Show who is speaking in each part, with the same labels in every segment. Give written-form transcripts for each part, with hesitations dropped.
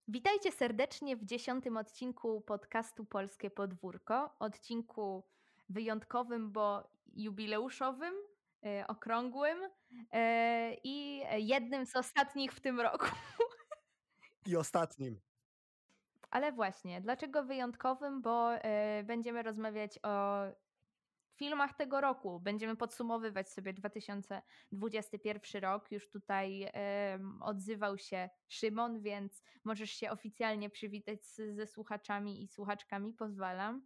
Speaker 1: Witajcie serdecznie w 10. odcinku podcastu Polskie Podwórko. Odcinku wyjątkowym, bo jubileuszowym, okrągłym i jednym z ostatnich w tym roku.
Speaker 2: I ostatnim.
Speaker 1: Ale właśnie, dlaczego wyjątkowym? Bo będziemy rozmawiać o filmach tego roku. Będziemy podsumowywać sobie 2021 rok. Już tutaj odzywał się Szymon, więc możesz się oficjalnie przywitać ze słuchaczami i słuchaczkami. Pozwalam.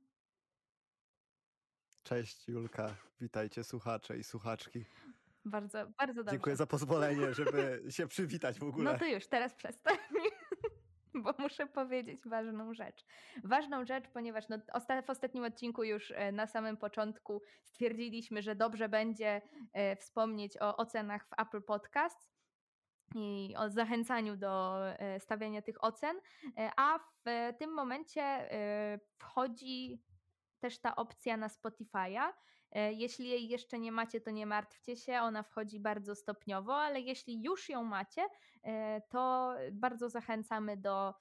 Speaker 2: Cześć Julka, witajcie słuchacze i słuchaczki.
Speaker 1: Bardzo, bardzo dobrze.
Speaker 2: Dziękuję za pozwolenie, żeby się przywitać w ogóle.
Speaker 1: No to już, teraz przestań. Bo muszę powiedzieć ważną rzecz. Ważną rzecz, ponieważ w ostatnim odcinku już na samym początku stwierdziliśmy, że dobrze będzie wspomnieć o ocenach w Apple Podcasts i o zachęcaniu do stawiania tych ocen, a w tym momencie wchodzi też ta opcja na Spotify'a. Jeśli jej jeszcze nie macie, to nie martwcie się, ona wchodzi bardzo stopniowo, ale jeśli już ją macie, to bardzo zachęcamy do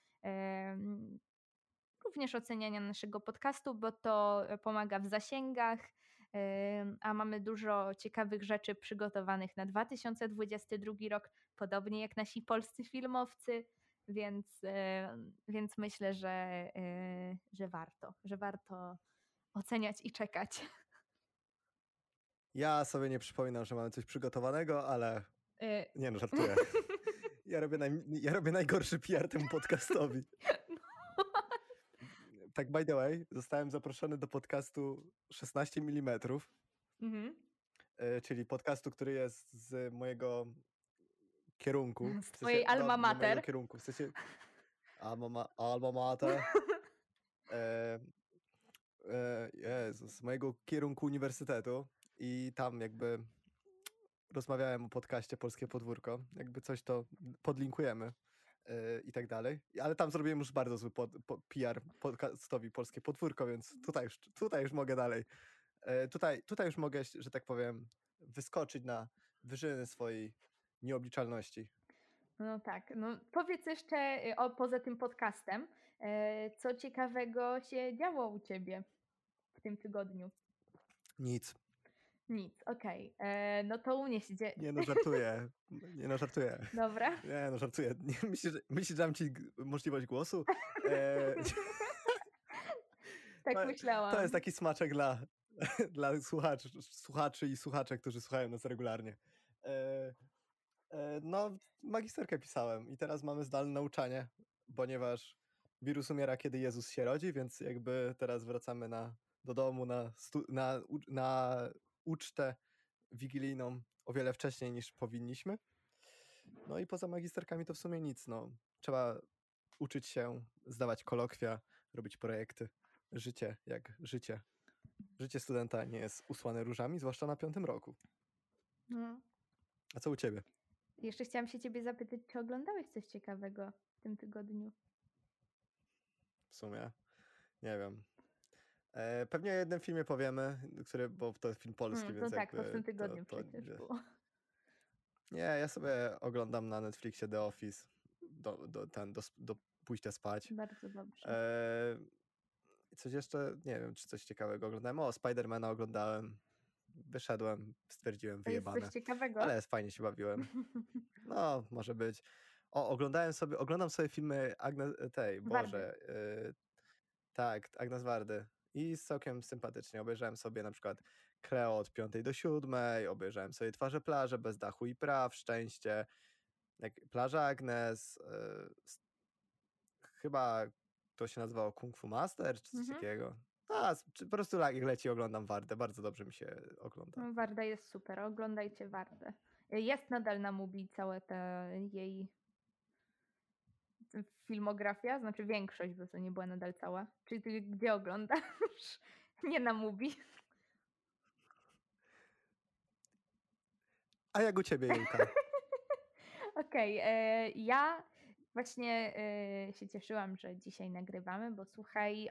Speaker 1: również oceniania naszego podcastu, bo to pomaga w zasięgach, a mamy dużo ciekawych rzeczy przygotowanych na 2022 rok, podobnie jak nasi polscy filmowcy, więc myślę, że warto oceniać i czekać.
Speaker 2: Ja sobie nie przypominam, że mamy coś przygotowanego, ale nie no, żartuję. Ja robię najgorszy PR temu podcastowi. Tak by the way, zostałem zaproszony do podcastu 16 mm, czyli podcastu, który jest z mojego kierunku.
Speaker 1: Z twojej alma
Speaker 2: nie mojego
Speaker 1: mater.
Speaker 2: kierunku, w sensie alma mater. Jezus, z mojego kierunku uniwersytetu i tam jakby rozmawiałem o podcaście Polskie Podwórko, jakby coś to podlinkujemy i tak dalej, ale tam zrobiłem już bardzo zły PR podcastowi Polskie Podwórko, więc tutaj już mogę dalej. Tutaj już mogę, że tak powiem, wyskoczyć na wyżyny swojej nieobliczalności.
Speaker 1: No tak, no powiedz jeszcze poza tym podcastem, co ciekawego się działo u ciebie w tym tygodniu?
Speaker 2: Nic.
Speaker 1: Nic, okej. No to u mnie się dzieje.
Speaker 2: Nie no, żartuję. Nie no, żartuję.
Speaker 1: Dobra.
Speaker 2: Nie no, żartuję. Myślisz, że dam ci możliwość głosu?
Speaker 1: Tak myślałam.
Speaker 2: To jest taki smaczek dla słuchaczy i słuchaczek, którzy słuchają nas regularnie. No, magisterkę pisałem i teraz mamy zdalne nauczanie, ponieważ wirus umiera, kiedy Jezus się rodzi, więc jakby teraz wracamy do domu na ucztę wigilijną o wiele wcześniej niż powinniśmy. No i poza magisterkami to w sumie nic. No. Trzeba uczyć się, zdawać kolokwia, robić projekty. Życie jak życie. Życie studenta nie jest usłane różami, zwłaszcza na 5. roku.
Speaker 1: No.
Speaker 2: A co u ciebie?
Speaker 1: Jeszcze chciałam się ciebie zapytać, czy oglądałeś coś ciekawego w tym tygodniu?
Speaker 2: W sumie nie wiem. Pewnie o jednym filmie powiemy, bo to jest film polski, więc
Speaker 1: to tak, to w tym
Speaker 2: jakby
Speaker 1: tygodniu przecież było.
Speaker 2: Nie, ja sobie oglądam na Netflixie The Office do pójścia spać.
Speaker 1: Bardzo dobrze.
Speaker 2: Coś jeszcze, nie wiem, czy coś ciekawego oglądałem. O, Spidermana oglądałem. Wyszedłem, stwierdziłem,
Speaker 1: To jest
Speaker 2: wyjebane.
Speaker 1: coś ciekawego?
Speaker 2: Ale fajnie się bawiłem. No, może być. O, oglądam sobie filmy tak, Agnes Wardy. I całkiem sympatycznie. Obejrzałem sobie na przykład Kleo od 5 do 7, obejrzałem sobie Twarze plaże, Bez dachu i praw, Szczęście, Plaża Agnes, chyba to się nazywało Kung Fu Master, czy coś takiego. Po prostu jak leci oglądam Wardę, bardzo dobrze mi się ogląda.
Speaker 1: No, Warda jest super, oglądajcie Wardę. Jest nadal na Mubi cała ta jej filmografia, znaczy większość, bo to nie była nadal cała. Czyli ty gdzie oglądasz? Nie na Mubi.
Speaker 2: A jak u ciebie, Julka?
Speaker 1: Okej, ja właśnie się cieszyłam, że dzisiaj nagrywamy, bo słuchaj,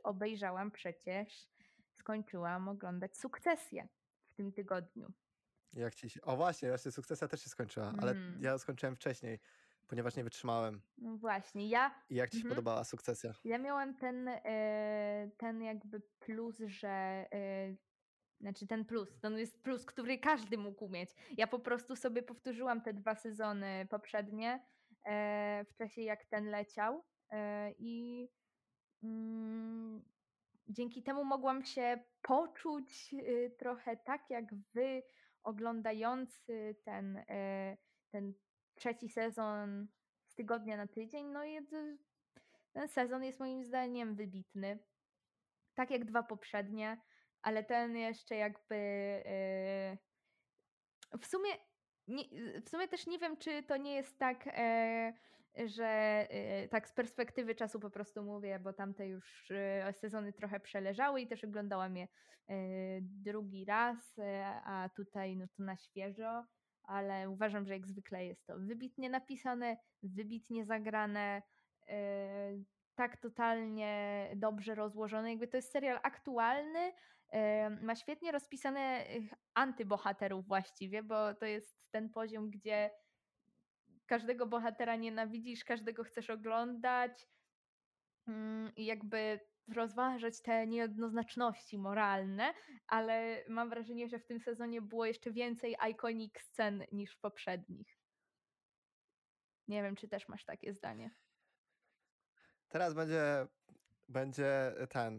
Speaker 1: skończyłam oglądać Sukcesję w tym tygodniu.
Speaker 2: O właśnie, Sukcesja też się skończyła, ale ja skończyłem wcześniej. ponieważ nie wytrzymałem.
Speaker 1: No właśnie, ja
Speaker 2: I jak ci się
Speaker 1: mhm.
Speaker 2: podobała Sukcesja?
Speaker 1: Ja miałam ten jakby plus, że znaczy ten plus, to jest plus, który każdy mógł mieć. Ja po prostu sobie powtórzyłam te 2 sezony poprzednie, w czasie jak ten leciał, i mm, dzięki temu mogłam się poczuć, trochę tak jak wy oglądający ten 3 sezon z tygodnia na tydzień. No i ten sezon jest moim zdaniem wybitny. Tak jak 2 poprzednie, ale ten jeszcze jakby, w sumie nie w sumie też nie wiem, czy to nie jest tak, że, tak z perspektywy czasu po prostu mówię, bo tamte już, sezony trochę przeleżały i też oglądałam je, drugi raz, a tutaj no to na świeżo, ale uważam, że jak zwykle jest to wybitnie napisane, wybitnie zagrane, tak totalnie dobrze rozłożone. Jakby to jest serial aktualny, ma świetnie rozpisane antybohaterów właściwie, bo to jest ten poziom, gdzie każdego bohatera nienawidzisz, każdego chcesz oglądać, i jakby rozważać te niejednoznaczności moralne, ale mam wrażenie, że w tym sezonie było jeszcze więcej iconic scen niż w poprzednich. Nie wiem, czy też masz takie zdanie?
Speaker 2: Teraz będzie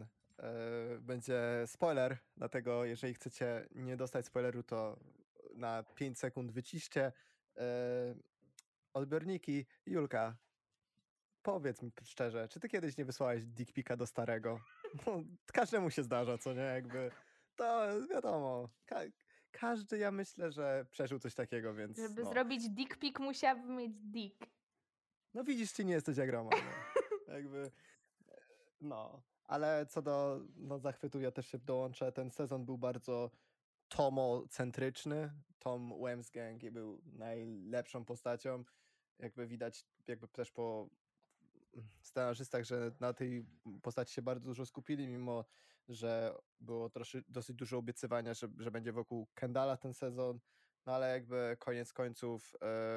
Speaker 2: będzie spoiler, dlatego jeżeli chcecie nie dostać spoileru, to na 5 sekund wyciście e, odbiorniki. Julka, powiedz mi szczerze, czy ty kiedyś nie wysłałeś dick pica do starego? Bo każdemu się zdarza, co nie? Jakby to wiadomo. Każdy, ja myślę, że przeżył coś takiego, więc
Speaker 1: Żeby
Speaker 2: no.
Speaker 1: zrobić dick pic, musiałabym mieć dick.
Speaker 2: No widzisz, ty nie jesteś jak Roman, no. Jakby, no. Ale co do zachwytu, ja też się dołączę. Ten sezon był bardzo tomocentryczny. Tom Wamsgang był najlepszą postacią. Jakby widać, jakby też po scenarzystach, że na tej postaci się bardzo dużo skupili, mimo że było dosyć dużo obiecywania, że będzie wokół Kendalla ten sezon, no ale jakby koniec końców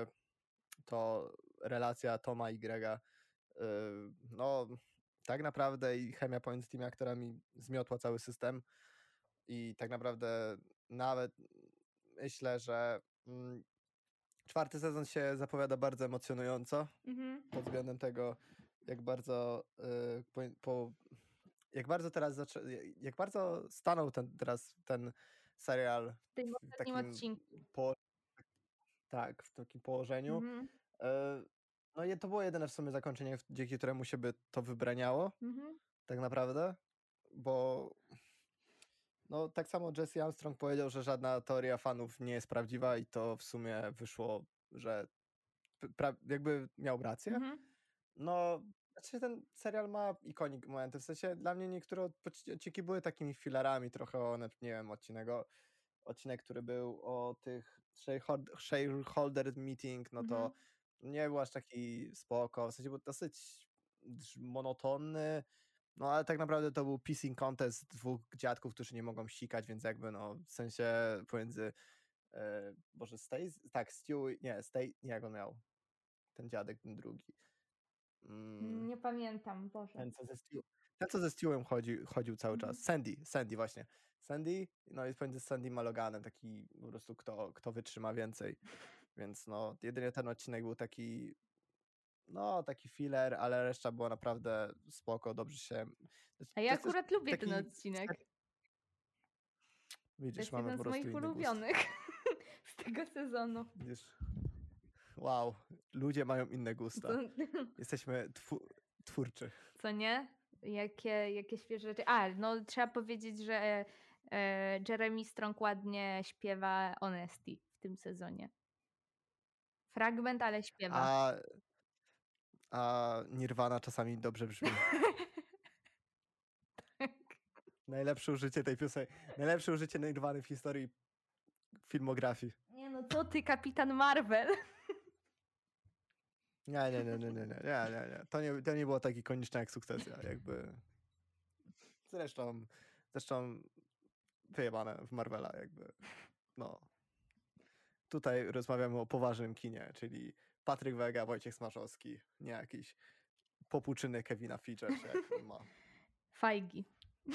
Speaker 2: to relacja Toma i Grega, no tak naprawdę i chemia pomiędzy tymi aktorami zmiotła cały system i tak naprawdę nawet myślę, że 4. sezon się zapowiada bardzo emocjonująco
Speaker 1: Mhm.
Speaker 2: pod względem tego, jak bardzo jak bardzo teraz jak bardzo stanął teraz ten serial
Speaker 1: W tym
Speaker 2: w
Speaker 1: ostatnim
Speaker 2: takim
Speaker 1: odcinku.
Speaker 2: tak, w takim położeniu.
Speaker 1: Mhm.
Speaker 2: No i to było jedyne w sumie zakończenie, dzięki któremu się by to wybraniało,
Speaker 1: Mhm.
Speaker 2: tak naprawdę, bo no tak samo Jesse Armstrong powiedział, że żadna teoria fanów nie jest prawdziwa i to w sumie wyszło, że jakby miał rację.
Speaker 1: Mhm.
Speaker 2: No, znaczy ten serial ma ikonik momenty, w sensie dla mnie niektóre odcinki były takimi filarami trochę, nie wiem, odcinek, który był o tych shareholder meeting, no to
Speaker 1: Mhm.
Speaker 2: nie był aż taki spoko, w sensie był dosyć monotonny, no ale tak naprawdę to był pissing contest 2 dziadków, którzy nie mogą sikać, więc jakby no w sensie pomiędzy Boże, nie, jak on miał, ten dziadek, ten drugi.
Speaker 1: Nie pamiętam, Boże.
Speaker 2: Ten, co ze Stu, ten, co ze Stewem chodził cały
Speaker 1: Mhm.
Speaker 2: czas. Sandy właśnie. Sandy, no jest pomiędzy Sandym a Loganem, taki po prostu kto wytrzyma więcej. Więc no, jedynie ten odcinek był taki, no taki filler, ale reszta była naprawdę spoko, dobrze się...
Speaker 1: A ja
Speaker 2: To jest też
Speaker 1: akurat lubię ten
Speaker 2: taki,
Speaker 1: odcinek. To
Speaker 2: widzisz,
Speaker 1: jest
Speaker 2: mamy
Speaker 1: jeden
Speaker 2: po
Speaker 1: z
Speaker 2: prostu
Speaker 1: moich
Speaker 2: inny gust.
Speaker 1: ulubionych z tego sezonu.
Speaker 2: Widzisz, wow, ludzie mają inne gusta.
Speaker 1: Co,
Speaker 2: Jesteśmy twórczy.
Speaker 1: co nie? Jakie świeże rzeczy. A, no trzeba powiedzieć, że Jeremy Strong ładnie śpiewa Honesty w tym sezonie. Fragment, ale śpiewa.
Speaker 2: A, a Nirvana czasami dobrze brzmi. Najlepsze użycie tej piosenki. Najlepsze użycie Nirvany w historii filmografii.
Speaker 1: Nie no, co ty, Kapitan Marvel?
Speaker 2: Nie. To nie było tak ikoniczne jak Sukcesja. Jakby. Zresztą wyjebane w Marvela. Jakby. No. Tutaj rozmawiamy o poważnym kinie, czyli Patryk Wega, Wojciech Smarzowski, nie jakiś popłuczyny Kevina Feige, czy jak on ma.
Speaker 1: Fajgi.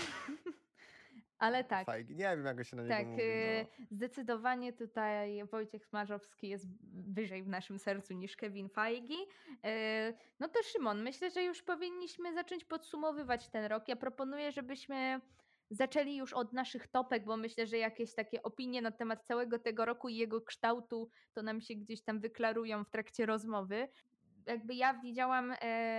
Speaker 1: Ale tak.
Speaker 2: Fajgi. Nie wiem, jak go się na niego
Speaker 1: Tak,
Speaker 2: mówi, no.
Speaker 1: zdecydowanie tutaj Wojciech Smarzowski jest wyżej w naszym sercu niż Kevin Feige. No to Szymon, myślę, że już powinniśmy zacząć podsumowywać ten rok. Ja proponuję, żebyśmy zaczęli już od naszych topek, bo myślę, że jakieś takie opinie na temat całego tego roku i jego kształtu to nam się gdzieś tam wyklarują w trakcie rozmowy. Jakby ja widziałam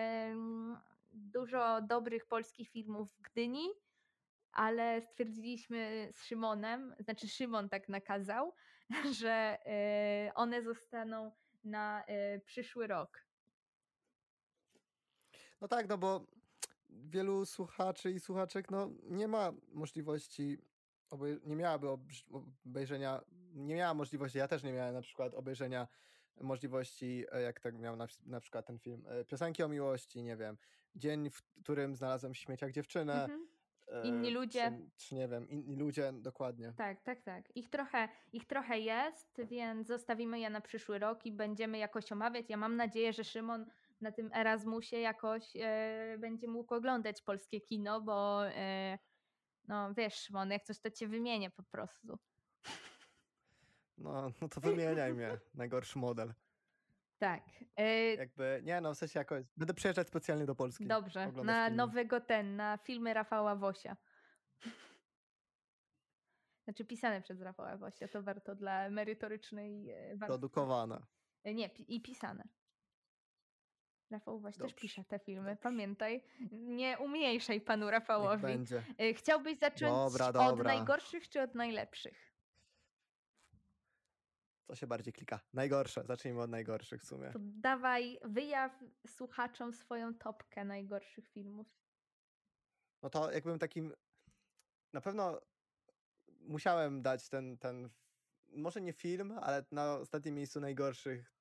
Speaker 1: dużo dobrych polskich filmów w Gdyni, ale stwierdziliśmy z Szymonem, znaczy Szymon tak nakazał, że one zostaną na przyszły rok.
Speaker 2: No tak, no bo wielu słuchaczy i słuchaczek no, nie ma możliwości, nie miałaby obejrzenia, nie miała możliwości, ja też nie miałem na przykład obejrzenia możliwości, jak tak miał na przykład ten film, Piosenki o miłości, nie wiem, Dzień, w którym znalazłem w śmieciach dziewczynę,
Speaker 1: Mhm. Inni ludzie.
Speaker 2: czy nie wiem, inni ludzie, dokładnie.
Speaker 1: Tak, tak, tak. Ich trochę jest, więc zostawimy je na przyszły rok i będziemy jakoś omawiać. Ja mam nadzieję, że Szymon na tym Erasmusie jakoś będzie mógł oglądać polskie kino, bo no wiesz, Szymon, jak coś to cię wymienię po prostu.
Speaker 2: No to wymieniaj mnie, najgorszy model.
Speaker 1: Tak.
Speaker 2: Jakby, nie no, w sensie jakoś, będę przyjeżdżać specjalnie do Polski.
Speaker 1: Dobrze,
Speaker 2: oglądać
Speaker 1: na
Speaker 2: filmy.
Speaker 1: na filmy Rafała Wosia. Znaczy pisane przez Rafała Wosia, to warto dla merytorycznej warstwy.
Speaker 2: Produkowane.
Speaker 1: Nie, i pisane. Rafał Woś też
Speaker 2: Dobrze,
Speaker 1: pisze te filmy,
Speaker 2: dobrze.
Speaker 1: pamiętaj. Nie umniejszaj panu
Speaker 2: Niech
Speaker 1: Rafałowi.
Speaker 2: będzie.
Speaker 1: Chciałbyś zacząć od
Speaker 2: Dobra.
Speaker 1: najgorszych czy od najlepszych?
Speaker 2: Co się bardziej klika? Najgorsze. Zacznijmy od najgorszych w sumie.
Speaker 1: To dawaj, wyjaw słuchaczom swoją topkę najgorszych filmów.
Speaker 2: No to jakbym takim... Na pewno musiałem dać ten może nie film, ale na ostatnim miejscu najgorszych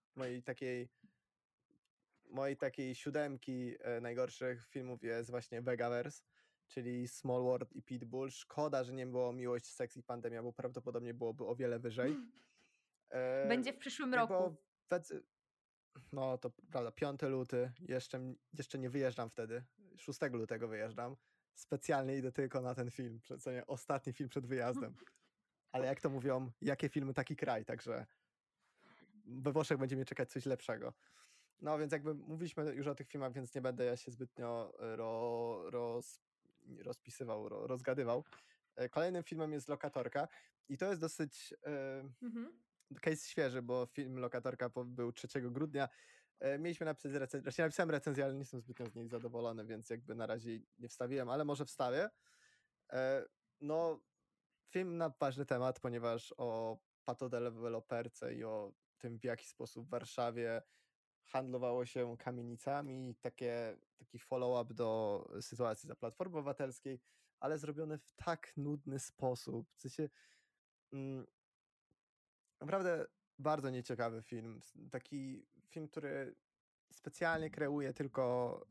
Speaker 2: mojej takiej siódemki najgorszych filmów jest właśnie Vegaverse, czyli Small World i Pitbull. Szkoda, że nie było Miłość, Seks i Pandemia, bo prawdopodobnie byłoby o wiele wyżej.
Speaker 1: Będzie w przyszłym
Speaker 2: Jak było
Speaker 1: roku.
Speaker 2: No to prawda, 5 luty, jeszcze nie wyjeżdżam wtedy, 6 lutego wyjeżdżam. Specjalnie idę tylko na ten film, co nie, ostatni film przed wyjazdem. Ale jak to mówią, jakie filmy, taki kraj, także we Włoszech będzie mnie czekać coś lepszego. No więc jakby mówiliśmy już o tych filmach, więc nie będę ja się zbytnio rozpisywał, rozgadywał. Kolejnym filmem jest Lokatorka i to jest dosyć case świeży, bo film Lokatorka był 3 grudnia. Mieliśmy napisać recenzję, znaczy napisałem recenzję, ale nie jestem zbytnio z niej zadowolony, więc jakby na razie nie wstawiłem, ale może wstawię. No, film na ważny temat, ponieważ o patodeweloperce i o tym, w jaki sposób w Warszawie handlowało się kamienicami, taki follow-up do sytuacji za Platformy Obywatelskiej, ale zrobiony w tak nudny sposób. W sensie, naprawdę bardzo nieciekawy film. Taki film, który specjalnie kreuje tylko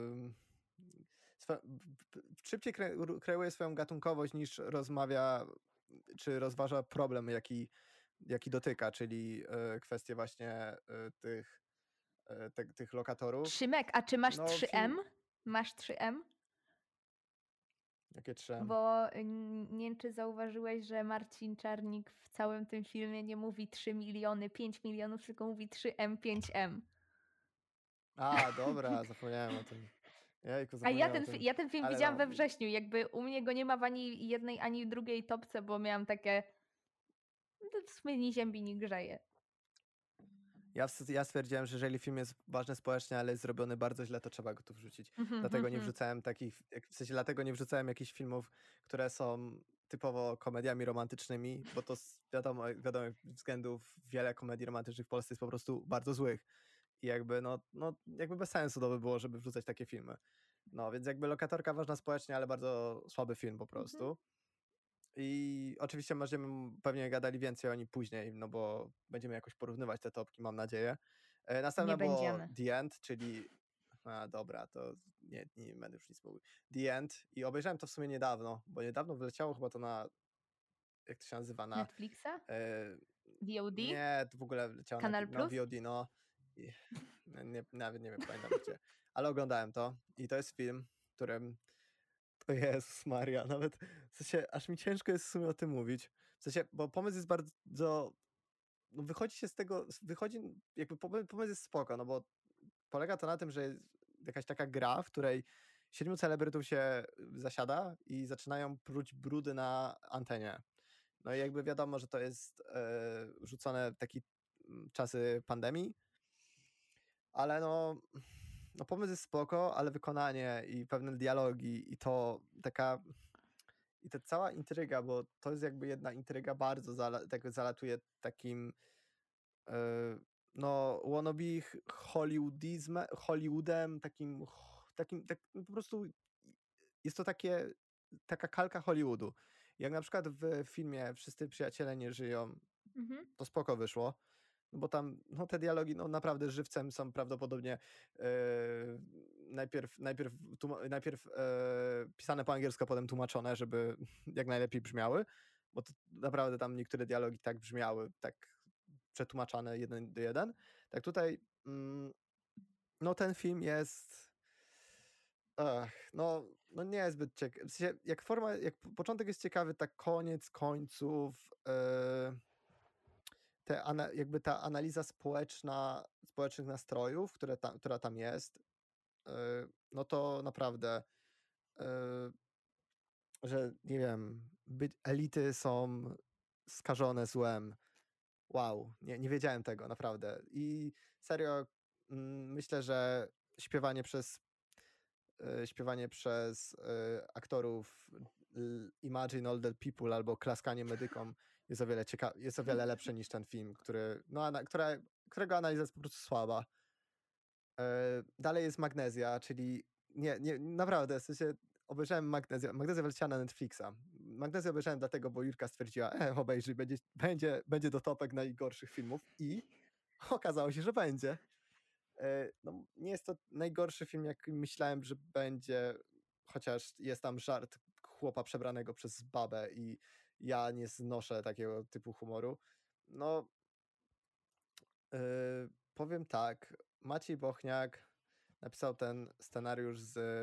Speaker 2: szybciej kreuje swoją gatunkowość niż rozmawia czy rozważa problem, jaki dotyka, czyli kwestie właśnie tych lokatorów.
Speaker 1: Szymek, a czy masz
Speaker 2: No,
Speaker 1: 3M? Masz 3M?
Speaker 2: Jakie 3M?
Speaker 1: Bo nie wiem, czy zauważyłeś, że Marcin Czarnik w całym tym filmie nie mówi 3 miliony, 5 milionów, tylko mówi 3M, 5M.
Speaker 2: A, dobra, zapomniałem o tym. Jejku,
Speaker 1: A ja
Speaker 2: zapomniałem o tym.
Speaker 1: ja ten film
Speaker 2: Ale
Speaker 1: widziałam
Speaker 2: no,
Speaker 1: we wrześniu. Jakby u mnie go nie ma w ani jednej, ani drugiej topce, bo miałam takie. No, w sumie ni ziemi, ni grzeje.
Speaker 2: Ja stwierdziłem, że jeżeli film jest ważny społecznie, ale jest zrobiony bardzo źle, to trzeba go tu wrzucić. Dlatego nie wrzucałem w sensie dlatego nie wrzucałem jakichś filmów, które są typowo komediami romantycznymi, bo to z wiadomych względów wiele komedii romantycznych w Polsce jest po prostu bardzo złych. I jakby jakby bez sensu to by było, żeby wrzucać takie filmy. No, więc jakby Lokatorka ważna społecznie, ale bardzo słaby film po prostu. I oczywiście będziemy pewnie gadali więcej o nim później, no bo będziemy jakoś porównywać te topki, mam nadzieję. Następne było
Speaker 1: będziemy.
Speaker 2: The End, czyli... A, dobra, to nie będę już nic mówił. The End i obejrzałem to w sumie niedawno, bo niedawno wyleciało chyba to na... Jak to się nazywa? Na
Speaker 1: Netflixa? VOD?
Speaker 2: nie, to w ogóle leciało
Speaker 1: Kanal
Speaker 2: na
Speaker 1: Plus?
Speaker 2: VOD, no. I nawet nie wiem, pamiętam gdzie, ale oglądałem to i to jest film, w którym o Jezus Maria, nawet w sensie aż mi ciężko jest w sumie o tym mówić. W sensie, bo pomysł jest bardzo, no wychodzi się z tego, jakby pomysł jest spoko, no bo polega to na tym, że jest jakaś taka gra, w której 7 celebrytów się zasiada i zaczynają pruć brudy na antenie. No i jakby wiadomo, że to jest rzucone w taki czasy pandemii, ale no pomysł jest spoko, ale wykonanie i pewne dialogi i to taka i ta cała intryga, bo to jest jakby jedna intryga bardzo tak zalatuje takim e, no wannabe Hollywoodem, takim tak, no po prostu jest to taka kalka Hollywoodu. Jak na przykład w filmie Wszyscy przyjaciele nie żyją,
Speaker 1: Mhm.
Speaker 2: to spoko wyszło, no bo tam no te dialogi no naprawdę żywcem są prawdopodobnie najpierw pisane po angielsku, a potem tłumaczone, żeby jak najlepiej brzmiały, bo to naprawdę tam niektóre dialogi tak brzmiały, tak przetłumaczane 1:1. Tak tutaj no ten film jest no nie jest zbyt ciekawy. W sensie, jak początek jest ciekawy, tak koniec końców jakby ta analiza społecznych nastrojów, która tam jest, no to naprawdę, yy, że nie wiem, elity są skażone złem. Wow, nie wiedziałem tego, naprawdę. I serio, myślę, że śpiewanie przez aktorów Imagine All the People albo klaskanie medykom jest o wiele lepsze niż ten film, którego analiza jest po prostu słaba. Dalej jest Magnezja, czyli naprawdę, w sensie obejrzałem Magnezja wyleciała na Netflixa. Magnezję obejrzałem dlatego, bo Jurka stwierdziła, obejrzyj, będzie do topek najgorszych filmów i okazało się, że będzie. No, nie jest to najgorszy film, jak myślałem, że będzie, chociaż jest tam żart chłopa przebranego przez babę i ja nie znoszę takiego typu humoru. No, powiem tak, Maciej Bochniak napisał ten scenariusz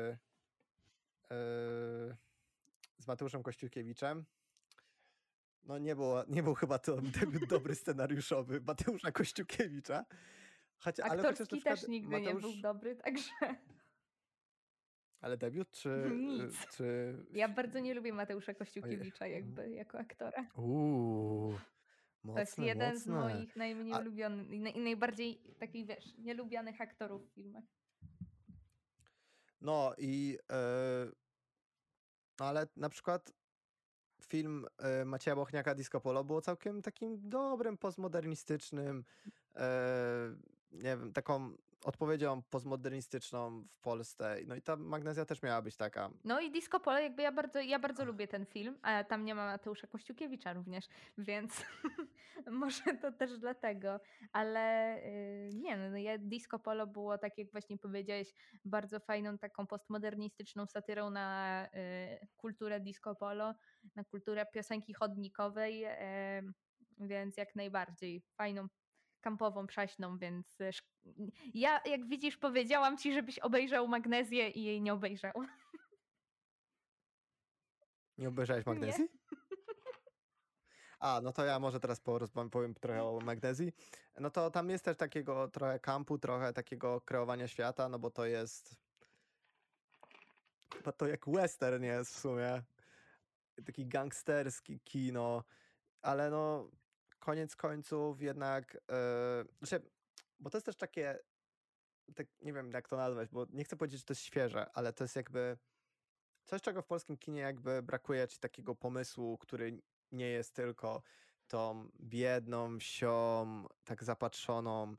Speaker 2: z Mateuszem Kościukiewiczem. No nie był chyba to debiut dobry scenariuszowy Mateusza Kościukiewicza. Ale chociaż na
Speaker 1: Aktorski
Speaker 2: przykład
Speaker 1: też nigdy nie był dobry, także
Speaker 2: Ale debiut
Speaker 1: nic.
Speaker 2: czy...
Speaker 1: Ja bardzo nie lubię Mateusza
Speaker 2: Ojej.
Speaker 1: Kościukiewicza jakby jako aktora. To jest
Speaker 2: Mocne,
Speaker 1: jeden z
Speaker 2: mocne.
Speaker 1: moich najmniej ulubionych i najbardziej takich, wiesz, nielubianych aktorów w filmach.
Speaker 2: No i ale na przykład film Macieja Bochniaka Disco Polo było całkiem takim dobrym, postmodernistycznym, nie wiem, taką odpowiedzią postmodernistyczną w Polsce. No i ta Magnezja też miała być taka.
Speaker 1: No i Disco Polo, jakby ja bardzo lubię ten film, a tam nie ma Mateusza Kościukiewicza również, więc może to też dlatego, ale nie no, Disco Polo było, tak jak właśnie powiedziałeś, bardzo fajną taką postmodernistyczną satyrą na kulturę disco polo, na kulturę piosenki chodnikowej, więc jak najbardziej fajną, kampową, przaśną, więc ja, jak widzisz, powiedziałam ci, żebyś obejrzał Magnezję i jej nie obejrzał.
Speaker 2: Nie obejrzałeś
Speaker 1: Nie.
Speaker 2: Magnezji? No to ja może teraz powiem trochę o Magnezji. No to tam jest też takiego trochę kampu, trochę takiego kreowania świata, no bo to jest chyba to jak western jest w sumie. Taki gangsterski kino, ale no koniec końców jednak, znaczy, bo to jest też takie, tak nie wiem jak to nazwać, bo nie chcę powiedzieć, że to jest świeże, ale to jest jakby coś, czego w polskim kinie jakby brakuje, ci takiego pomysłu, który nie jest tylko tą biedną wsią, tak zapatrzoną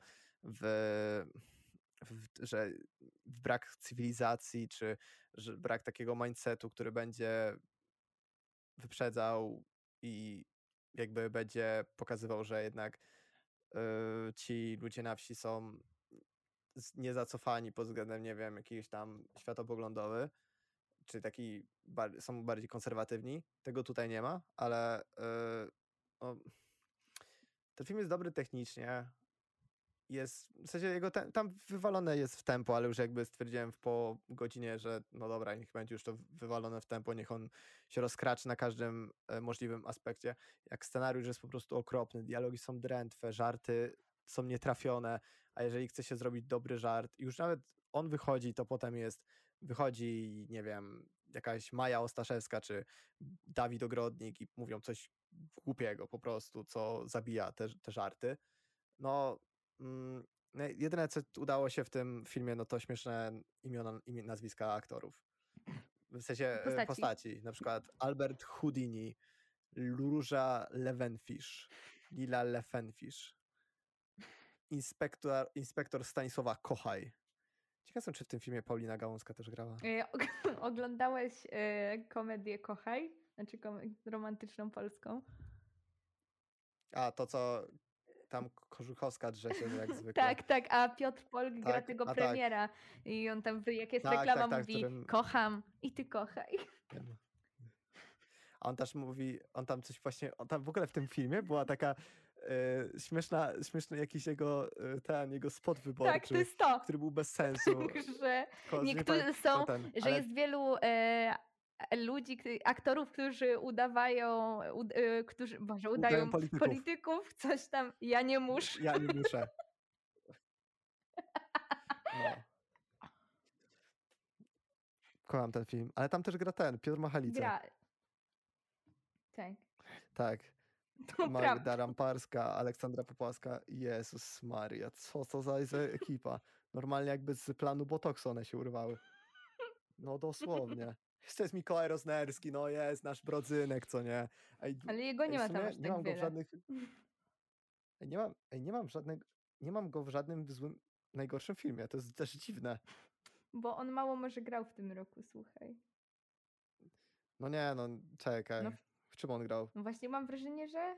Speaker 2: że w brak cywilizacji, czy że brak takiego mindsetu, który będzie wyprzedzał i jakby będzie pokazywał, że jednak ci ludzie na wsi są niezacofani pod względem, nie wiem, jakiś tam światopoglądowy, czy są bardziej konserwatywni. Tego tutaj nie ma, ale no, ten film jest dobry technicznie, jest, w sensie jego tam wywalone jest w tempo, ale już jakby stwierdziłem po godzinie, że no dobra, niech będzie już to wywalone w tempo, niech on się rozkraczy na każdym możliwym aspekcie. Jak scenariusz jest po prostu okropny, dialogi są drętwe, żarty są nietrafione, a jeżeli chce się zrobić dobry żart, już nawet on wychodzi, to potem wychodzi, nie wiem, jakaś Maja Ostaszewska, czy Dawid Ogrodnik i mówią coś głupiego po prostu, co zabija te żarty. No, jedyne co udało się w tym filmie, no to śmieszne nazwiska aktorów. W sensie
Speaker 1: Postaci.
Speaker 2: postaci. Na przykład Albert Houdini, Róża Lewenfisz, Lila Lefenfisz, inspektor Stanisława Kochaj. Ciekaw jestem, czy w tym filmie Paulina Gałązka też grała.
Speaker 1: Oglądałeś komedię Kochaj? Znaczy romantyczną polską?
Speaker 2: A, to co tam Kożuchowska drze się jak zwykle.
Speaker 1: Tak, a Piotr Polk gra
Speaker 2: Tak,
Speaker 1: tego
Speaker 2: a tak.
Speaker 1: premiera i on tam, jak jest
Speaker 2: Tak,
Speaker 1: reklama,
Speaker 2: tak, tak, w
Speaker 1: mówi
Speaker 2: którym...
Speaker 1: kocham i ty kochaj.
Speaker 2: Wiem. A on też mówi, on tam coś właśnie, on tam w ogóle w tym filmie była taka śmieszny jakiś jego spot
Speaker 1: Tak,
Speaker 2: wyborczy,
Speaker 1: to jest to.
Speaker 2: który był bez sensu.
Speaker 1: Że
Speaker 2: Tylko nie
Speaker 1: niektórzy
Speaker 2: pamiętam,
Speaker 1: są, że
Speaker 2: ale
Speaker 1: jest wielu ludzi, aktorów, którzy udawają, Boże,
Speaker 2: udają
Speaker 1: udają
Speaker 2: polityków.
Speaker 1: polityków, coś tam, ja nie muszę.
Speaker 2: Ja nie muszę. No. Kocham ten film, ale tam też gra Piotr Machalica.
Speaker 1: Gra. Tak.
Speaker 2: Tak.
Speaker 1: To
Speaker 2: Magda
Speaker 1: prawda.
Speaker 2: Ramparska, Aleksandra Popłaska. Jezus Maria, co to za ekipa? Normalnie jakby z planu Botoksu one się urwały. No dosłownie. Jeszcze jest Mikołaj Roznerski, no jest nasz brodzynek, co nie?
Speaker 1: Ale jego nie
Speaker 2: w
Speaker 1: ma tam
Speaker 2: sumie
Speaker 1: aż
Speaker 2: nie
Speaker 1: tak
Speaker 2: mam go w
Speaker 1: wiele.
Speaker 2: żadnych... Nie mam go w żadnym złym, najgorszym filmie. To jest też dziwne.
Speaker 1: Bo on mało może grał w tym roku, słuchaj.
Speaker 2: No nie, no czekaj.
Speaker 1: No,
Speaker 2: W czym on grał?
Speaker 1: no właśnie mam wrażenie, że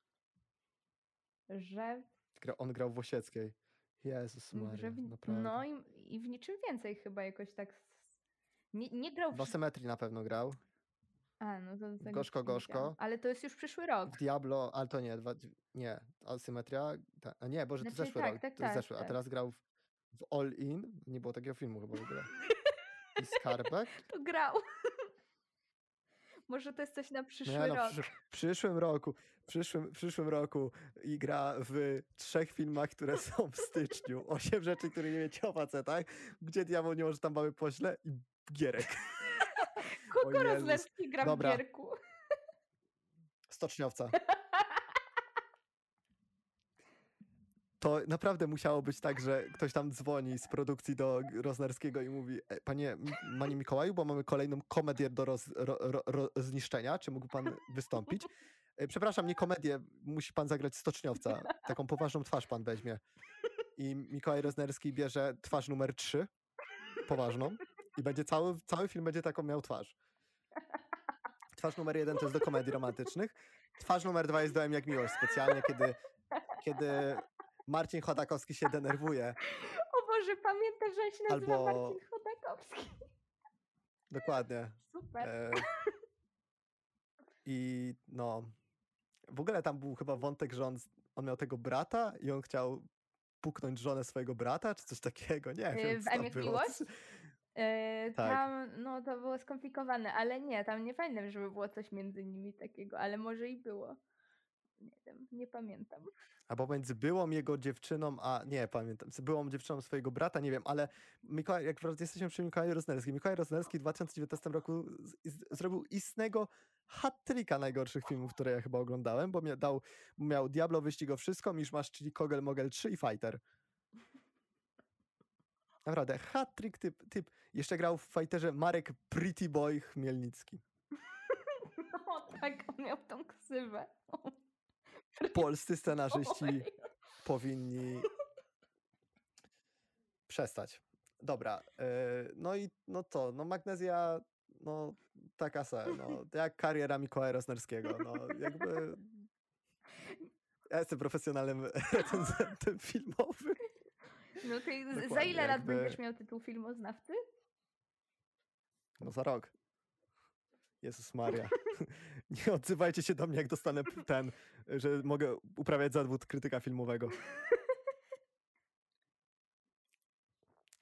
Speaker 2: On grał w Osieckiej. Jezus Maria, naprawdę.
Speaker 1: no i w niczym więcej chyba jakoś tak nie grał
Speaker 2: W Asymetrii na pewno grał.
Speaker 1: A, no to tego
Speaker 2: Gorzko,
Speaker 1: nie widziałam.
Speaker 2: gorzko.
Speaker 1: Ale to jest już przyszły rok.
Speaker 2: W Diablo, ale to nie, nie, Asymetria, a nie, Boże, to
Speaker 1: Znaczy,
Speaker 2: zeszły
Speaker 1: tak,
Speaker 2: rok,
Speaker 1: tak,
Speaker 2: to jest
Speaker 1: tak,
Speaker 2: zeszły, a
Speaker 1: tak.
Speaker 2: teraz grał w All In, nie było takiego filmu chyba w ogóle. I Skarbek.
Speaker 1: To grał. Może to jest coś na przyszły
Speaker 2: Nie, no,
Speaker 1: rok.
Speaker 2: w przyszłym roku i gra w 3 filmach, które są w styczniu. 8 rzeczy, które nie wiecie o facetach, gdzie diabeł nie może tam baby pośle i Gierek.
Speaker 1: Kogo Rozlerski gra
Speaker 2: Dobra.
Speaker 1: w Gierku?
Speaker 2: Stoczniowca. To naprawdę musiało być tak, że ktoś tam dzwoni z produkcji do Roznerskiego i mówi: Panie Mikołaju, bo mamy kolejną komedię do zniszczenia, czy mógłby pan wystąpić? Przepraszam, nie komedię, musi pan zagrać Stoczniowca. Taką poważną twarz pan weźmie. I Mikołaj Roznerski bierze twarz numer 3, poważną, i będzie cały film będzie taką miał twarz. Twarz numer 1 to jest do komedii romantycznych. Twarz numer 2 jest do M jak miłość, specjalnie kiedy Marcin Chodakowski się denerwuje.
Speaker 1: O Boże, pamiętasz, że się nazywa Marcin Chodakowski?
Speaker 2: Dokładnie.
Speaker 1: Super.
Speaker 2: I no, w ogóle tam był chyba wątek, że on miał tego brata i on chciał puknąć żonę swojego brata, czy coś takiego, nie wiem,
Speaker 1: W
Speaker 2: co
Speaker 1: M
Speaker 2: tam
Speaker 1: jak
Speaker 2: było.
Speaker 1: miłość?
Speaker 2: Tak.
Speaker 1: Tam, no to było skomplikowane, ale nie, tam nie pamiętam, żeby było coś między nimi takiego, ale może i było. Nie wiem, nie pamiętam.
Speaker 2: Albo między byłą jego dziewczyną, a nie pamiętam, z byłą dziewczyną swojego brata, nie wiem, ale Mikołaj, jak jesteśmy przy Mikołaju Roznerskim, Mikołaj Roznerski w 2019 roku zrobił istnego hat-tricka najgorszych filmów, które ja chyba oglądałem, bo miał Diablo, Wyścig o Wszystko, Miszmasz, czyli Kogel Mogel 3 i Fighter. Naprawdę, hat-trick typ. Jeszcze grał w Fighterze Marek Pretty Boy Chmielnicki.
Speaker 1: No tak, on miał tą ksywę.
Speaker 2: Polscy scenarzyści powinni przestać. Dobra, no i Magnezja, no taka no jak kariera Mikołaja Roznerskiego, no jakby ja jestem profesjonalnym recenzentem filmowym.
Speaker 1: No ty za ile lat będziesz miał tytuł filmoznawcy?
Speaker 2: No za rok. Jezus Maria. Nie odzywajcie się do mnie, jak dostanę że mogę uprawiać zawód krytyka filmowego.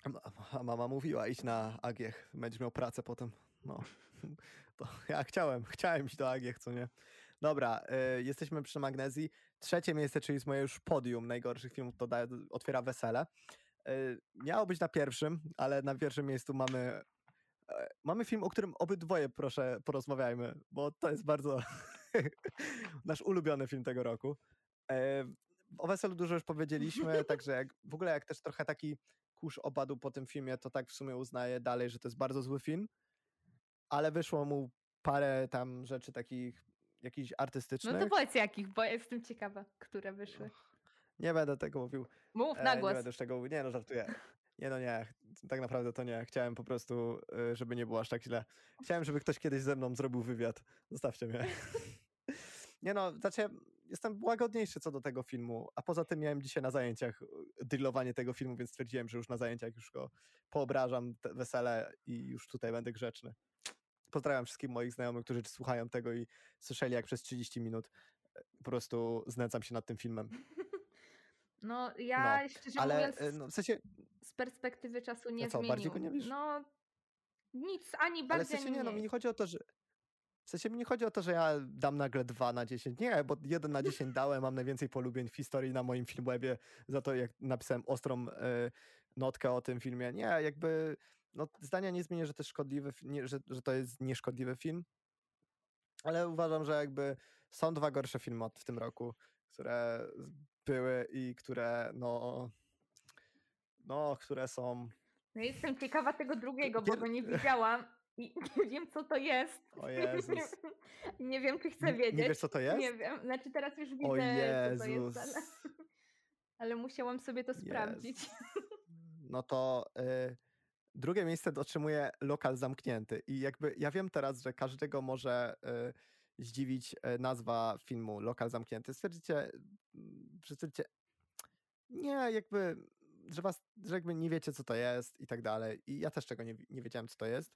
Speaker 2: A mama mówiła, idź na Agiech, będziesz miał pracę potem. No, to ja chciałem iść do Agiech, co nie? Dobra, jesteśmy przy Magnezji. Trzecie miejsce, czyli jest moje już podium najgorszych filmów, to otwiera Wesele. Miało być na pierwszym, ale na pierwszym miejscu mamy film, o którym obydwoje proszę porozmawiajmy, bo to jest bardzo nasz ulubiony film tego roku. O Weselu dużo już powiedzieliśmy, także w ogóle jak też trochę taki kurz opadł po tym filmie, to tak w sumie uznaję dalej, że to jest bardzo zły film, ale wyszło mu parę tam rzeczy takich jakichś
Speaker 1: No to
Speaker 2: artystycznych.
Speaker 1: powiedz jakich, bo jestem ciekawa, które wyszły.
Speaker 2: Nie będę tego mówił.
Speaker 1: Mów na
Speaker 2: Nie
Speaker 1: głos.
Speaker 2: będę już tego mówił. Nie, no żartuję. Nie, no nie. Tak naprawdę to nie. Chciałem po prostu, żeby nie było aż tak źle. Chciałem, żeby ktoś kiedyś ze mną zrobił wywiad. Zostawcie mnie. Nie no, znaczy jestem łagodniejszy co do tego filmu, a poza tym miałem dzisiaj na zajęciach drillowanie tego filmu, więc stwierdziłem, że już na zajęciach już go poobrażam, te wesele i już tutaj będę grzeczny. Pozdrawiam wszystkich moich znajomych, którzy słuchają tego i słyszeli, jak przez 30 minut po prostu znęcam się nad tym filmem.
Speaker 1: No ja szczerze
Speaker 2: ale
Speaker 1: mówiąc
Speaker 2: no, w sensie,
Speaker 1: z perspektywy czasu nie
Speaker 2: a co, bardziej go
Speaker 1: zmienił.
Speaker 2: nie wiesz?
Speaker 1: No nic, ani
Speaker 2: Ale w
Speaker 1: bardziej,
Speaker 2: sensie
Speaker 1: ani
Speaker 2: nie, no mi
Speaker 1: mniej.
Speaker 2: nie chodzi o to, że w sensie mi nie chodzi o to, że ja dam nagle 2 na 10. Nie, bo 1 na 10 dałem, mam najwięcej polubień w historii na moim Filmwebie za to, jak napisałem ostrą notkę o tym filmie. Nie, jakby no, zdania nie zmienię, że to jest szkodliwy, że to jest nieszkodliwy film, ale uważam, że jakby są 2 gorsze filmy w tym roku, które były i które które są...
Speaker 1: No jestem ciekawa tego drugiego, bo
Speaker 2: Pier-
Speaker 1: go nie widziałam i nie wiem, co to jest.
Speaker 2: O Jezus.
Speaker 1: Nie wiem, czy chcę
Speaker 2: Nie
Speaker 1: wiedzieć.
Speaker 2: wiesz, co to jest?
Speaker 1: Nie wiem. Znaczy teraz już
Speaker 2: O
Speaker 1: widzę, co to jest,
Speaker 2: Jezus.
Speaker 1: ale musiałam sobie to sprawdzić.
Speaker 2: Jezus. No to drugie miejsce otrzymuje Lokal Zamknięty. I jakby ja wiem teraz, że każdego może zdziwić nazwa filmu Lokal Zamknięty. Stwierdzicie, nie, jakby, że jakby nie wiecie, co to jest i tak dalej. I ja też tego nie wiedziałem, co to jest.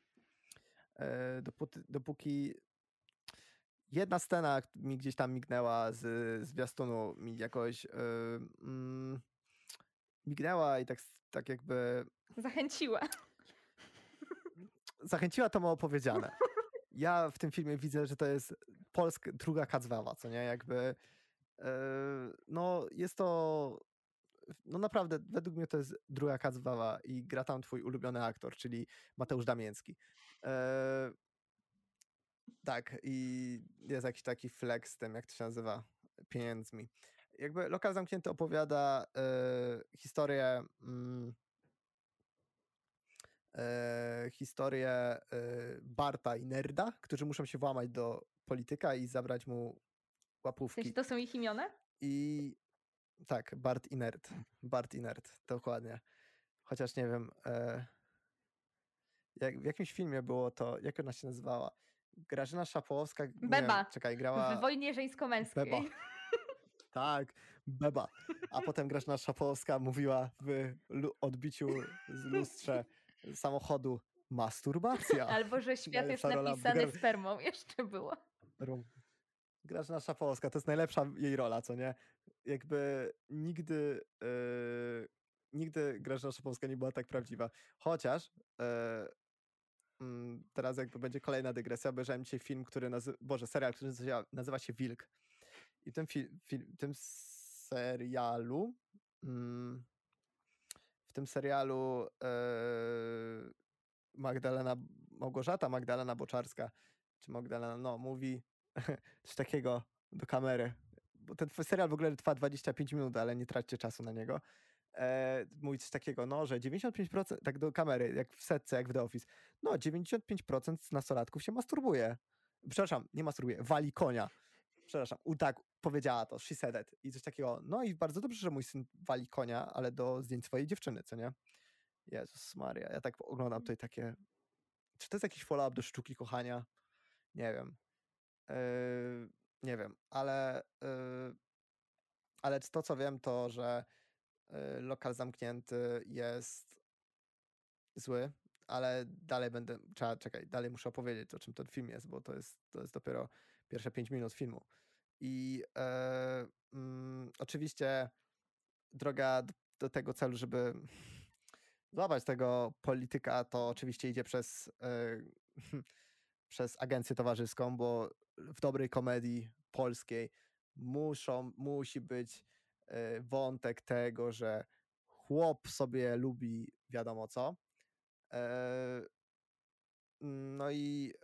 Speaker 2: Dopóki jedna scena mi gdzieś tam mignęła z zwiastunu, mi jakoś mignęła i tak jakby... Zachęciła, to mało powiedziane. Ja w tym filmie widzę, że to jest druga Kacwawa, co nie? Jakby no jest to... No naprawdę, według mnie to jest druga Kacwawa i gra tam twój ulubiony aktor, czyli Mateusz Damięcki. Tak, i jest jakiś taki flex z tym, jak to się nazywa, pieniędzmi. Jakby Lokal Zamknięty opowiada historię Barta i Nerda, którzy muszą się włamać do polityka i zabrać mu
Speaker 1: W
Speaker 2: łapówki.
Speaker 1: sensie to są ich imiona?
Speaker 2: I tak, Bart i Nerd. Bart i Nerd, dokładnie. Chociaż nie wiem, w jakimś filmie było to, jak ona się nazywała? Grażyna Szapłowska, nie
Speaker 1: Beba.
Speaker 2: wiem, czekaj, grała...
Speaker 1: W Wojnie Żeńsko-Męskiej.
Speaker 2: Beba. Tak, Beba. A potem Grażyna Szapłowska mówiła w odbiciu z lustrze samochodu masturbacja.
Speaker 1: Albo że świat jest
Speaker 2: Najlepsza rola
Speaker 1: napisany spermą, jeszcze było.
Speaker 2: Grażyna Szapłowska, to jest najlepsza jej rola, co nie? Jakby nigdy Grażyna Szapłowska nie była tak prawdziwa. Chociaż teraz jakby będzie kolejna dygresja, obejrzałem dzisiaj film, serial, który nazywa się Wilk. I w tym serialu Małgorzata Magdalena Boczarska, czy Magdalena, no, mówi coś takiego do kamery, bo ten serial w ogóle trwa 25 minut, ale nie traćcie czasu na niego. Mówi coś takiego, no, że 95%, tak do kamery, jak w setce, jak w The Office, no 95% nastolatków się masturbuje. Przepraszam, nie masturbuje, wali konia. Przepraszam, tak powiedziała to, she said it. I coś takiego, no i bardzo dobrze, że mój syn wali konia, ale do zdjęć swojej dziewczyny, co nie? Jezus Maria, ja tak oglądam tutaj takie... Czy to jest jakiś follow-up do Sztuki Kochania? Nie wiem. Nie wiem, ale to, co wiem, to, że Lokal Zamknięty jest zły, ale dalej dalej muszę opowiedzieć, o czym ten film jest, bo to jest dopiero pierwsze 5 minut filmu. I oczywiście droga do tego celu, żeby złapać tego polityka, to oczywiście idzie przez, przez agencję towarzyską, bo w dobrej komedii polskiej musi być wątek tego, że chłop sobie lubi wiadomo co. E, No i,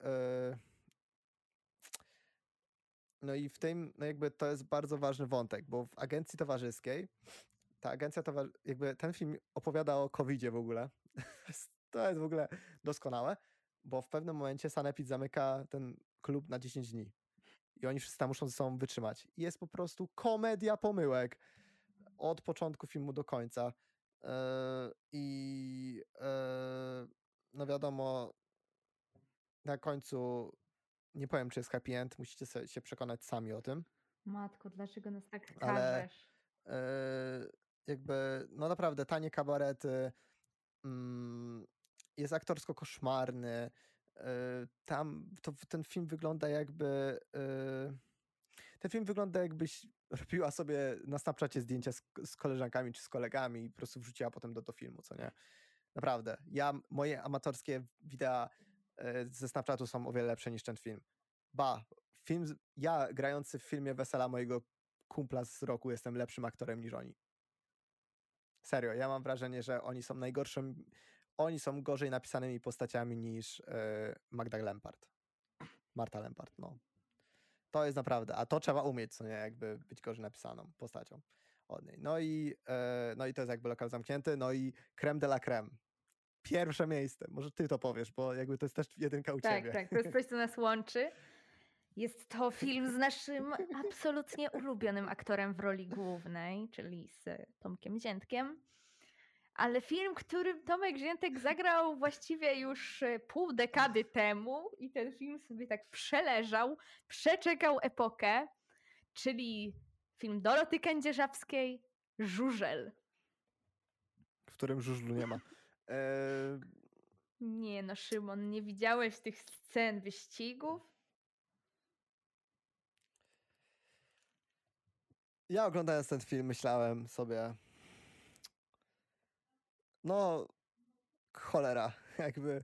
Speaker 2: no i w tym, no jakby to jest bardzo ważny wątek, bo w agencji towarzyskiej, ta agencja jakby ten film opowiada o COVID-zie w ogóle. To jest w ogóle doskonałe, bo w pewnym momencie Sanepid zamyka ten klub na 10 dni. I oni wszyscy tam muszą ze sobą wytrzymać. I jest po prostu komedia pomyłek od początku filmu do końca. No wiadomo, na końcu nie powiem, czy jest happy end, musicie się przekonać sami o tym,
Speaker 1: Matko, dlaczego nas tak
Speaker 2: ale
Speaker 1: karzesz?
Speaker 2: jakby, no naprawdę, tanie kabarety, mm, jest aktorsko koszmarny. Ten film wygląda jakby. Ten film wygląda jakbyś robiła sobie na Snapchacie zdjęcia z koleżankami czy z kolegami i po prostu wrzuciła potem do filmu, co nie? Naprawdę. Moje amatorskie wideo ze Snapchatu są o wiele lepsze niż ten film. Ja grający w filmie Wesela mojego kumpla z roku jestem lepszym aktorem niż oni. Serio, ja mam wrażenie, że oni są gorzej napisanymi postaciami niż Magda Lempart. Marta Lempart, no. To jest naprawdę, a to trzeba umieć, co nie, jakby być gorzej napisaną postacią od niej. No i to jest jakby lokal zamknięty, no i creme de la creme. Pierwsze miejsce, może ty to powiesz, bo jakby to jest też jedynka u ciebie.
Speaker 1: Tak, to jest coś, co nas łączy. Jest to film z naszym absolutnie ulubionym aktorem w roli głównej, czyli z Tomkiem Ziętkiem. Ale film, którym Tomek Ziętek zagrał właściwie już pół dekady temu i ten film sobie tak przeczekał epokę, czyli film Doroty Kędzierzawskiej, Żużel.
Speaker 2: W którym żużlu nie ma.
Speaker 1: Nie no, Szymon, nie widziałeś tych scen wyścigów?
Speaker 2: Ja oglądając ten film myślałem sobie, no cholera, jakby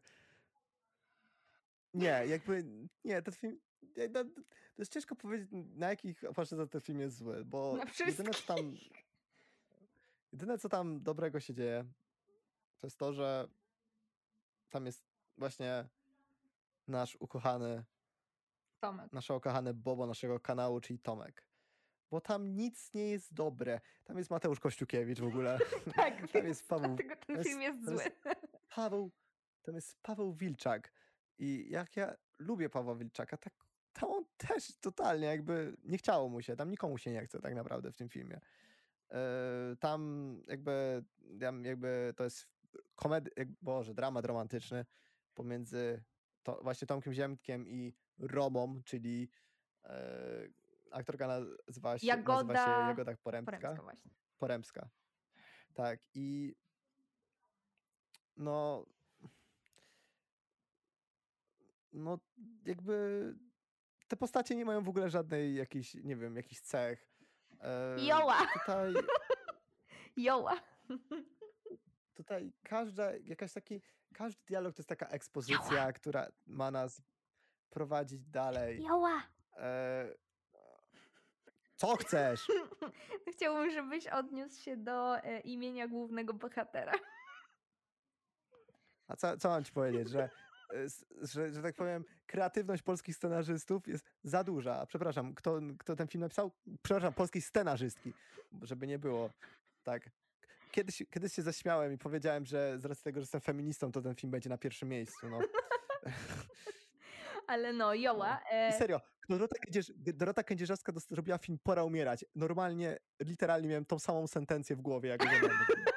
Speaker 2: nie, ten film, to jest ciężko powiedzieć, na jakich płaszczyznach ten film jest zły, bo
Speaker 1: Na wszystkich.
Speaker 2: jedyne co tam dobrego się dzieje, to jest to, że tam jest właśnie
Speaker 1: Tomek.
Speaker 2: nasze ukochane Bobo naszego kanału, czyli Tomek. Bo tam nic nie jest dobre. Tam jest Mateusz Kościukiewicz w ogóle.
Speaker 1: Tak,
Speaker 2: Tam jest Paweł.
Speaker 1: dlatego ten film jest zły.
Speaker 2: Tam jest Paweł Wilczak. I jak ja lubię Pawła Wilczaka, tak tam on też totalnie jakby nie chciało mu się, tam nikomu się nie chce tak naprawdę w tym filmie. Tam jakby to jest dramat romantyczny pomiędzy właśnie Tomkiem Ziemtkiem i Romą, czyli aktorka nazywa się Jagoda
Speaker 1: Poremska właśnie.
Speaker 2: Poremska. Tak, i no jakby te postacie nie mają w ogóle żadnej jakichś, nie wiem, jakichś cech.
Speaker 1: Joła!
Speaker 2: Tutaj
Speaker 1: Joła!
Speaker 2: każdy dialog to jest taka ekspozycja, która ma nas prowadzić dalej.
Speaker 1: Joła!
Speaker 2: Co chcesz?
Speaker 1: Chciałbym, żebyś odniósł się do imienia głównego bohatera.
Speaker 2: A co mam ci powiedzieć, że tak powiem, kreatywność polskich scenarzystów jest za duża. Przepraszam, kto ten film napisał? Przepraszam, polskiej scenarzystki, żeby nie było tak. Kiedyś się zaśmiałem i powiedziałem, że z racji tego, że jestem feministą, to ten film będzie na pierwszym miejscu. No.
Speaker 1: Ale no, Joła.
Speaker 2: I serio, Dorota Kędzierzawska zrobiła film Pora umierać. Normalnie, literalnie miałem tą samą sentencję w głowie, jak oglądałem ten film.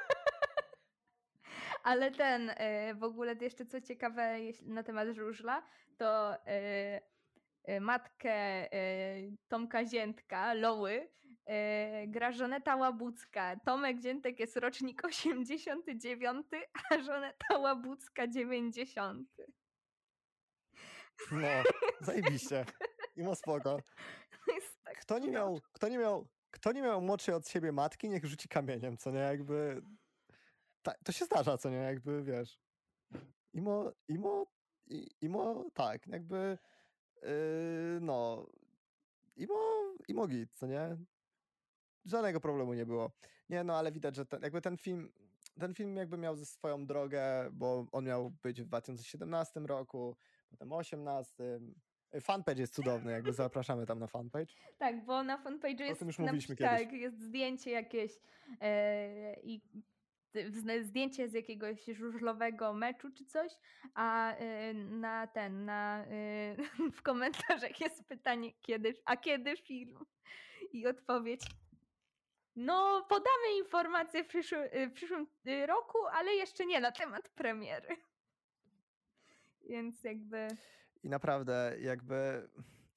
Speaker 1: Ale w ogóle jeszcze co ciekawe na temat żużla, to matkę Tomka Ziętka, Loły, gra Żaneta Łabucka. Tomek Ziętek jest rocznik 89, a Żaneta Łabucka 90.
Speaker 2: No, zajebiście. I mo spoko.
Speaker 1: Tak
Speaker 2: Kto nie miał młodszej od siebie matki, niech rzuci kamieniem, co nie? Jakby to się zdarza, co nie, jakby, wiesz. Tak, jakby, no, imo git, co nie? Żadnego problemu nie było. Nie, no ale widać, że ten film jakby miał ze swoją drogę, bo on miał być w 2017 roku, potem 2018. Fanpage jest cudowny, jakby zapraszamy tam na fanpage.
Speaker 1: Tak, bo na fanpage'u
Speaker 2: O
Speaker 1: jest,
Speaker 2: tym już mówiliśmy kiedyś.
Speaker 1: tak, jest zdjęcie jakieś i zdjęcie z jakiegoś żużlowego meczu czy coś, a w komentarzach jest pytanie, kiedy film? I odpowiedź: no, podamy informację w przyszłym roku, ale jeszcze nie na temat premiery. Więc jakby...
Speaker 2: I naprawdę, jakby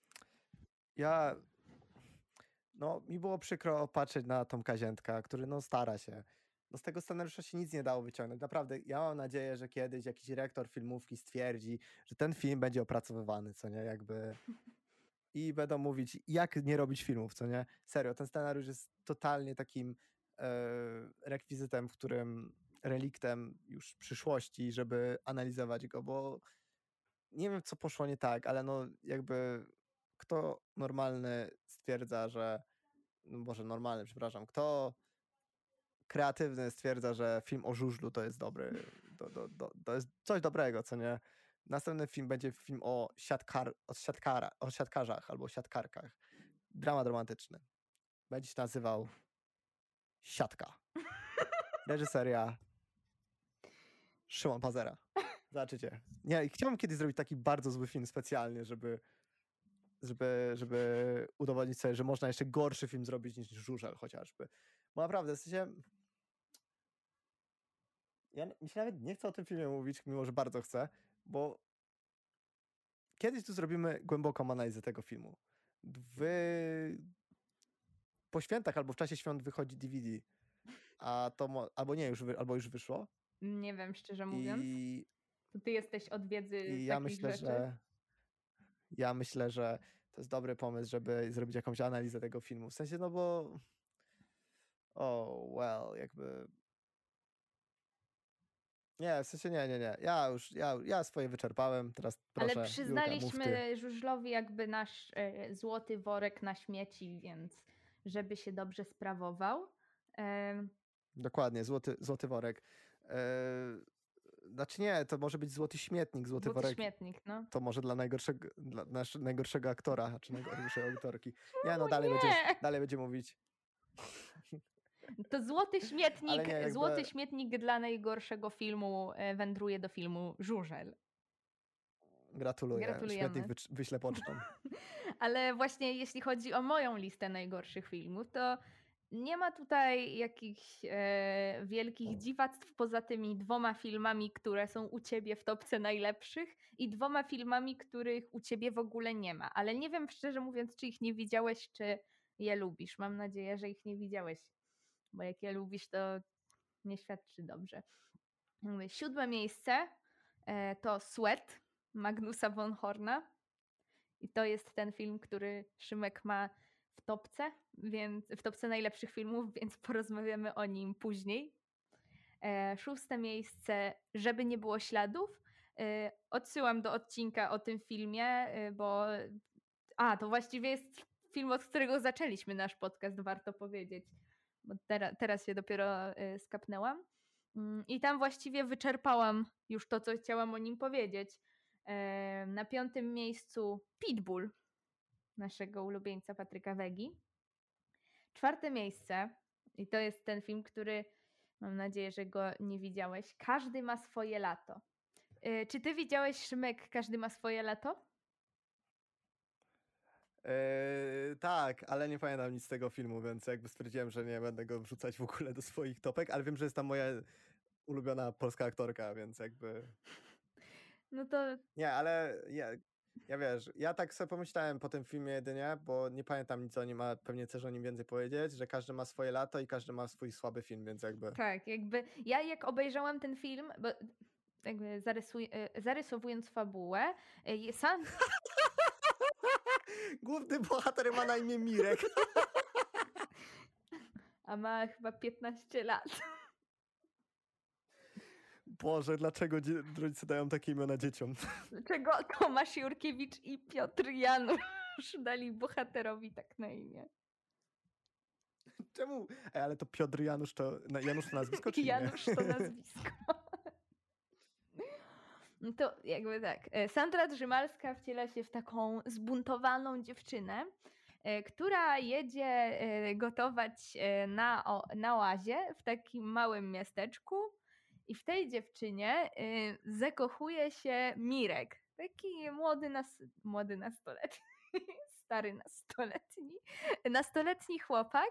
Speaker 2: mi było przykro patrzeć na Tomka Ziętka, który stara się. Z tego scenariusza się nic nie dało wyciągnąć. Naprawdę, ja mam nadzieję, że kiedyś jakiś dyrektor filmówki stwierdzi, że ten film będzie opracowywany, co nie, jakby... I będą mówić, jak nie robić filmów, co nie? Serio, ten scenariusz jest totalnie takim rekwizytem, reliktem już przyszłości, żeby analizować go, bo nie wiem, co poszło nie tak, ale jakby kto normalny stwierdza, że kto kreatywny stwierdza, że film o żużlu to jest dobry, to jest coś dobrego, co nie? Następny film będzie film o siatkarzach albo siatkarkach. Dramat romantyczny. Będzie się nazywał Siatka. Reżyseria Szymon Pazera. Zobaczycie. Nie, chciałbym kiedyś zrobić taki bardzo zły film specjalnie, żeby udowodnić sobie, że można jeszcze gorszy film zrobić niż Żużel chociażby. Bo naprawdę, w sensie... Mi się nawet nie chce o tym filmie mówić, mimo że bardzo chcę, bo kiedyś tu zrobimy głęboką analizę tego filmu. Po świętach albo w czasie świąt wychodzi DVD, albo już wyszło.
Speaker 1: Nie wiem, szczerze mówiąc. To ty jesteś od wiedzy
Speaker 2: I
Speaker 1: takich rzeczy.
Speaker 2: Ja myślę, że to jest dobry pomysł, żeby zrobić jakąś analizę tego filmu. W sensie, bo... jakby... Nie, w sensie nie. Ja swoje wyczerpałem, teraz proszę,
Speaker 1: Ale przyznaliśmy
Speaker 2: Julka,
Speaker 1: żużlowi jakby nasz złoty worek na śmieci, więc żeby się dobrze sprawował.
Speaker 2: Dokładnie, złoty worek. Znaczy nie, to może być złoty śmietnik, złoty worek.
Speaker 1: Śmietnik, no.
Speaker 2: To może dla najgorszego aktora, czy najgorszej aktorki. Nie, dalej będzie mówić.
Speaker 1: To złoty śmietnik dla najgorszego filmu wędruje do filmu Żużel.
Speaker 2: Gratulujemy. Śmietnik wyślę pocztą.
Speaker 1: Ale właśnie jeśli chodzi o moją listę najgorszych filmów, to nie ma tutaj jakichś wielkich dziwactw poza tymi 2 filmami, które są u ciebie w topce najlepszych i 2 filmami, których u ciebie w ogóle nie ma. Ale nie wiem, szczerze mówiąc, czy ich nie widziałeś, czy je lubisz. Mam nadzieję, że ich nie widziałeś, bo jak je lubisz, to nie świadczy dobrze. 7. miejsce to Sweat Magnusa von Horna. I to jest ten film, który Szymek ma w topce, w topce najlepszych filmów, więc porozmawiamy o nim później. 6. miejsce, Żeby nie było śladów. Odsyłam do odcinka o tym filmie, bo to właściwie jest film, od którego zaczęliśmy nasz podcast, warto powiedzieć, bo teraz się dopiero skapnęłam. I tam właściwie wyczerpałam już to, co chciałam o nim powiedzieć. Na 5. miejscu Pitbull, naszego ulubieńca Patryka Wegi. 4. miejsce, i to jest ten film, który mam nadzieję, że go nie widziałeś. Każdy ma swoje lato. Czy ty widziałeś, Szymek, Każdy ma swoje lato?
Speaker 2: Tak, ale nie pamiętam nic z tego filmu, więc jakby stwierdziłem, że nie będę go wrzucać w ogóle do swoich topek, ale wiem, że jest tam moja ulubiona polska aktorka, więc jakby...
Speaker 1: No to...
Speaker 2: Nie, ale ja wiesz, ja tak sobie pomyślałem po tym filmie jedynie, bo nie pamiętam nic o nim, a pewnie chcesz o nim więcej powiedzieć, że każdy ma swoje lato i każdy ma swój słaby film, więc jakby...
Speaker 1: Tak, jakby ja jak obejrzałam ten film, bo jakby zarysowując fabułę, sam...
Speaker 2: Główny bohater ma na imię Mirek.
Speaker 1: A ma chyba 15 lat.
Speaker 2: Boże, dlaczego rodzice dają takie imiona dzieciom?
Speaker 1: Dlaczego Tomasz Jurkiewicz i Piotr Janusz dali bohaterowi tak na imię?
Speaker 2: Czemu? Ale to Piotr Janusz to nazwisko, czy nie?
Speaker 1: Janusz to nazwisko. No to jakby tak. Sandra Drzymalska wciela się w taką zbuntowaną dziewczynę, która jedzie gotować na oazie w takim małym miasteczku i w tej dziewczynie zakochuje się Mirek. Taki młody nastoletni, stary nastoletni chłopak.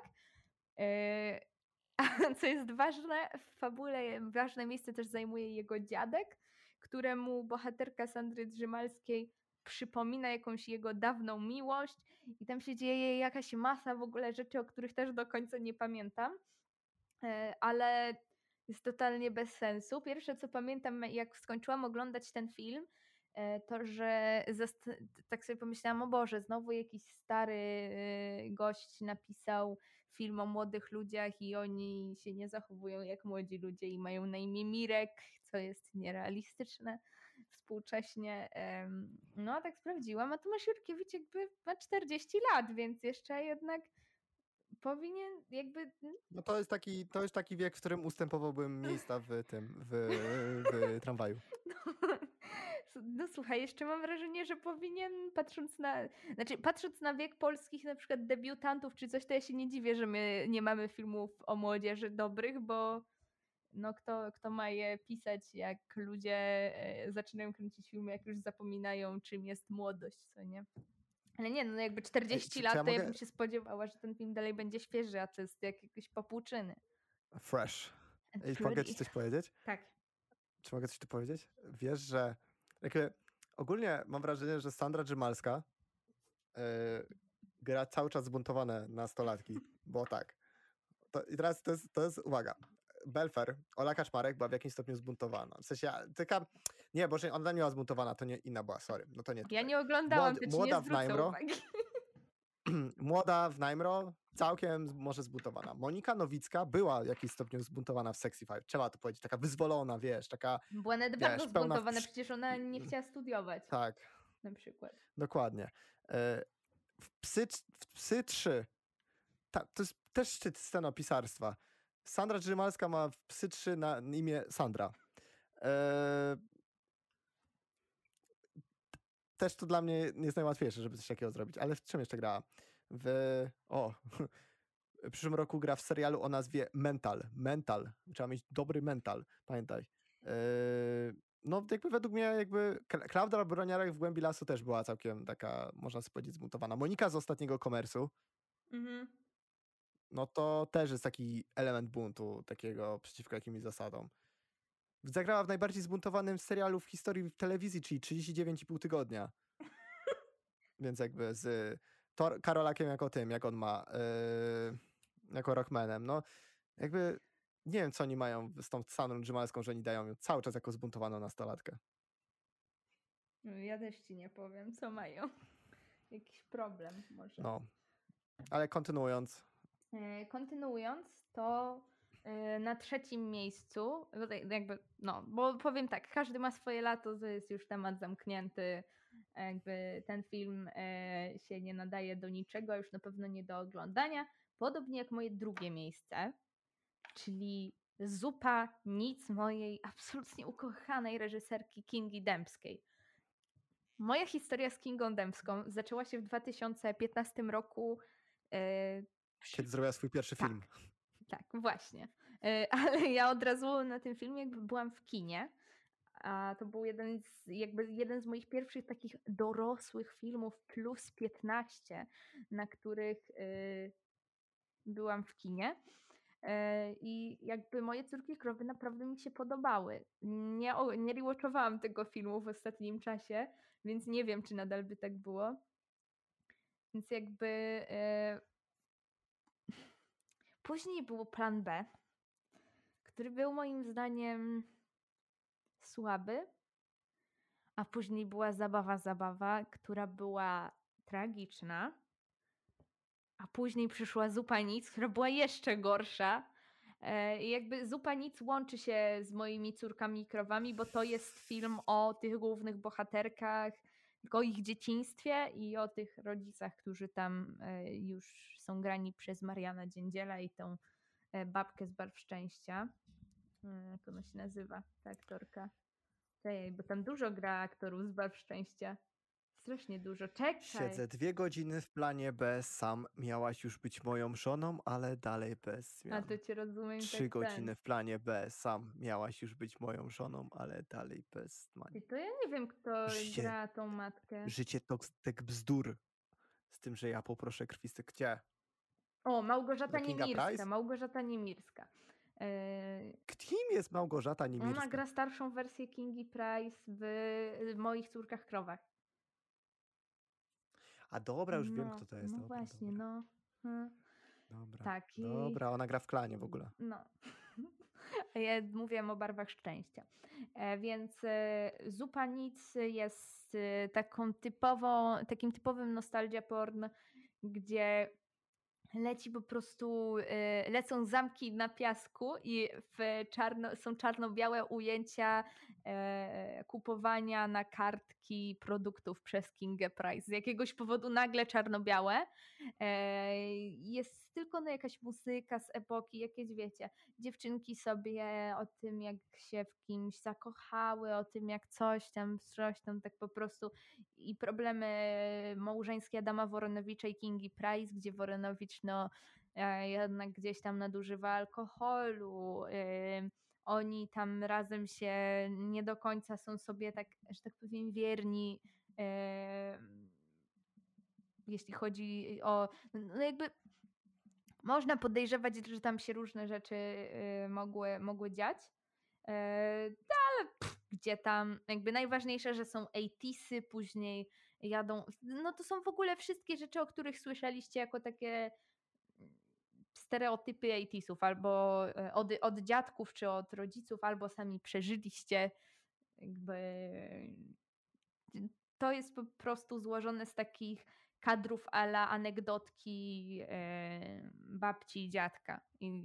Speaker 1: A co jest ważne, w fabule ważne miejsce też zajmuje jego dziadek, któremu bohaterka Sandry Drzymalskiej przypomina jakąś jego dawną miłość i tam się dzieje jakaś masa w ogóle rzeczy, o których też do końca nie pamiętam, ale jest totalnie bez sensu. Pierwsze, co pamiętam, jak skończyłam oglądać ten film, to, że tak sobie pomyślałam, o Boże, znowu jakiś stary gość napisał film o młodych ludziach i oni się nie zachowują jak młodzi ludzie i mają na imię Mirek, co jest nierealistyczne współcześnie. No a tak sprawdziłam, a Tomasz Jurkiewicz jakby ma 40 lat, więc jeszcze jednak powinien jakby...
Speaker 2: No to jest taki wiek, w którym ustępowałbym miejsca w tramwaju.
Speaker 1: No słuchaj, jeszcze mam wrażenie, że powinien, patrząc na wiek polskich na przykład debiutantów czy coś, to ja się nie dziwię, że my nie mamy filmów o młodzieży dobrych, bo no kto ma je pisać, jak ludzie zaczynają kręcić filmy, jak już zapominają, czym jest młodość, co nie? Ale nie, no jakby 40 lat, to ja bym się spodziewała, że ten film dalej będzie świeży, a to jest jak jakieś popłuczyny.
Speaker 2: Fresh. Mogę ci coś powiedzieć?
Speaker 1: Tak.
Speaker 2: Czy mogę coś tu powiedzieć? Wiesz, że ogólnie mam wrażenie, że Sandra Drzymalska gra cały czas zbuntowane nastolatki, bo tak. I teraz to jest uwaga. Belfer, Ola Kaczmarek była w jakimś stopniu zbuntowana. W sensie, nie, bo ona nie była zbuntowana, to nie inna była, sorry. No to nie tutaj.
Speaker 1: Ja nie oglądałam, to ci nie zwrócę uwagi.
Speaker 2: Młoda w Najmro, całkiem może zbuntowana. Monika Nowicka była w jakimś stopniu zbuntowana w Sexy Five. Trzeba to powiedzieć, taka wyzwolona, wiesz, taka...
Speaker 1: Była nawet bardzo zbuntowana, przecież ona nie chciała studiować.
Speaker 2: Tak.
Speaker 1: Na przykład.
Speaker 2: Dokładnie. W Psy 3 to jest też szczyt scenopisarstwa. Sandra Drzymalska ma w Psy 3 na imię Sandra. Też to dla mnie nie jest najłatwiejsze, żeby coś takiego zrobić, ale w czym jeszcze grała? W przyszłym roku gra w serialu o nazwie Mental. Trzeba mieć dobry mental, pamiętaj. No jakby według mnie Klaudia Broniarek w Głębi Lasu też była całkiem taka, można sobie powiedzieć, zmutowana. Monika z Ostatniego Komersu. No to też jest taki element buntu, takiego przeciwko jakimś zasadom. Zagrała w najbardziej zbuntowanym serialu w historii telewizji, czyli 39,5 tygodnia. Więc jakby z Karolakiem jak on ma, jako Rockmanem, no jakby nie wiem, co oni mają z tą Sandrą Drzymalską, że oni dają ją cały czas jako zbuntowaną nastolatkę.
Speaker 1: Ja też ci nie powiem, co mają. Jakiś problem może.
Speaker 2: No, ale kontynuując,
Speaker 1: to na 3. miejscu, bo powiem tak, każdy ma swoje lato, to jest już temat zamknięty, jakby ten film się nie nadaje do niczego, już na pewno nie do oglądania, podobnie jak moje 2. miejsce, czyli Zupa nic mojej absolutnie ukochanej reżyserki Kingi Dębskiej. Moja historia z Kingą Dębską zaczęła się w 2015 roku.
Speaker 2: Kiedy zrobiła swój pierwszy film.
Speaker 1: Tak, właśnie. Ale ja od razu na tym filmie jakby byłam w kinie, a to był jeden z moich pierwszych takich dorosłych filmów plus 15, na których byłam w kinie. I jakby moje córki krowy naprawdę mi się podobały. Nie rewatchowałam tego filmu w ostatnim czasie, więc nie wiem, czy nadal by tak było. Więc jakby później był Plan B, który był moim zdaniem słaby, a później była Zabawa, która była tragiczna, a później przyszła Zupa nic, która była jeszcze gorsza, I jakby Zupa Nic łączy się z moimi córkami i krowami, bo to jest film o tych głównych bohaterkach, tylko o ich dzieciństwie i o tych rodzicach, którzy tam już są grani przez Mariana Dziędziela i tą babkę z Barw Szczęścia. Jak ona się nazywa, ta aktorka? Czekaj, bo tam dużo gra aktorów z Barw Szczęścia. Strasznie dużo. Czekaj.
Speaker 2: Siedzę 2 godziny w planie B, sam miałaś już być moją żoną, ale dalej bez
Speaker 1: A
Speaker 2: zmian.
Speaker 1: to cię rozumiem
Speaker 2: 3
Speaker 1: tak
Speaker 2: godziny w planie B, sam miałaś już być moją żoną, ale dalej bez zmian.
Speaker 1: I to ja nie wiem, kto
Speaker 2: Życie,
Speaker 1: gra tą matkę.
Speaker 2: życie to stek bzdur. Z tym, że ja poproszę krwisty. Gdzie?
Speaker 1: O, Małgorzata
Speaker 2: Do Kinga
Speaker 1: Niemirska.
Speaker 2: Price?
Speaker 1: Małgorzata Niemirska.
Speaker 2: Kim jest Małgorzata
Speaker 1: Ona
Speaker 2: Niemirska?
Speaker 1: gra starszą wersję Kingi Price w Moich córkach krowach.
Speaker 2: A dobra, już wiem,
Speaker 1: No,
Speaker 2: kto to jest.
Speaker 1: no
Speaker 2: Dobra,
Speaker 1: właśnie,
Speaker 2: dobra.
Speaker 1: no. Hmm.
Speaker 2: Dobra.
Speaker 1: Tak, i
Speaker 2: Dobra, ona gra w klanie w ogóle.
Speaker 1: no. Ja mówiłam o Barwach Szczęścia. Więc Zupa Nic jest takim typowym nostalgia porn, gdzie leci po prostu, lecą zamki na piasku i są czarno-białe ujęcia kupowania na kartki produktów przez Kingę Price. Z jakiegoś powodu nagle czarno-białe. Jest tylko jakaś muzyka z epoki, jakieś wiecie, dziewczynki sobie o tym, jak się w kimś zakochały, o tym, jak coś tam, tak po prostu i problemy małżeńskie Adama Woronowicza i Kingi Price, gdzie Woronowicz jednak gdzieś tam nadużywa alkoholu. Oni tam razem się nie do końca są sobie tak, że tak powiem, wierni. Jeśli chodzi o, no jakby można podejrzewać, że tam się różne rzeczy mogły dziać. Ale gdzie tam, jakby najważniejsze, że są 80'sy, później jadą, no to są w ogóle wszystkie rzeczy, o których słyszeliście jako takie stereotypy 80'sów, albo od dziadków, czy od rodziców, albo sami przeżyliście. Jakby to jest po prostu złożone z takich kadrów ala anegdotki babci i dziadka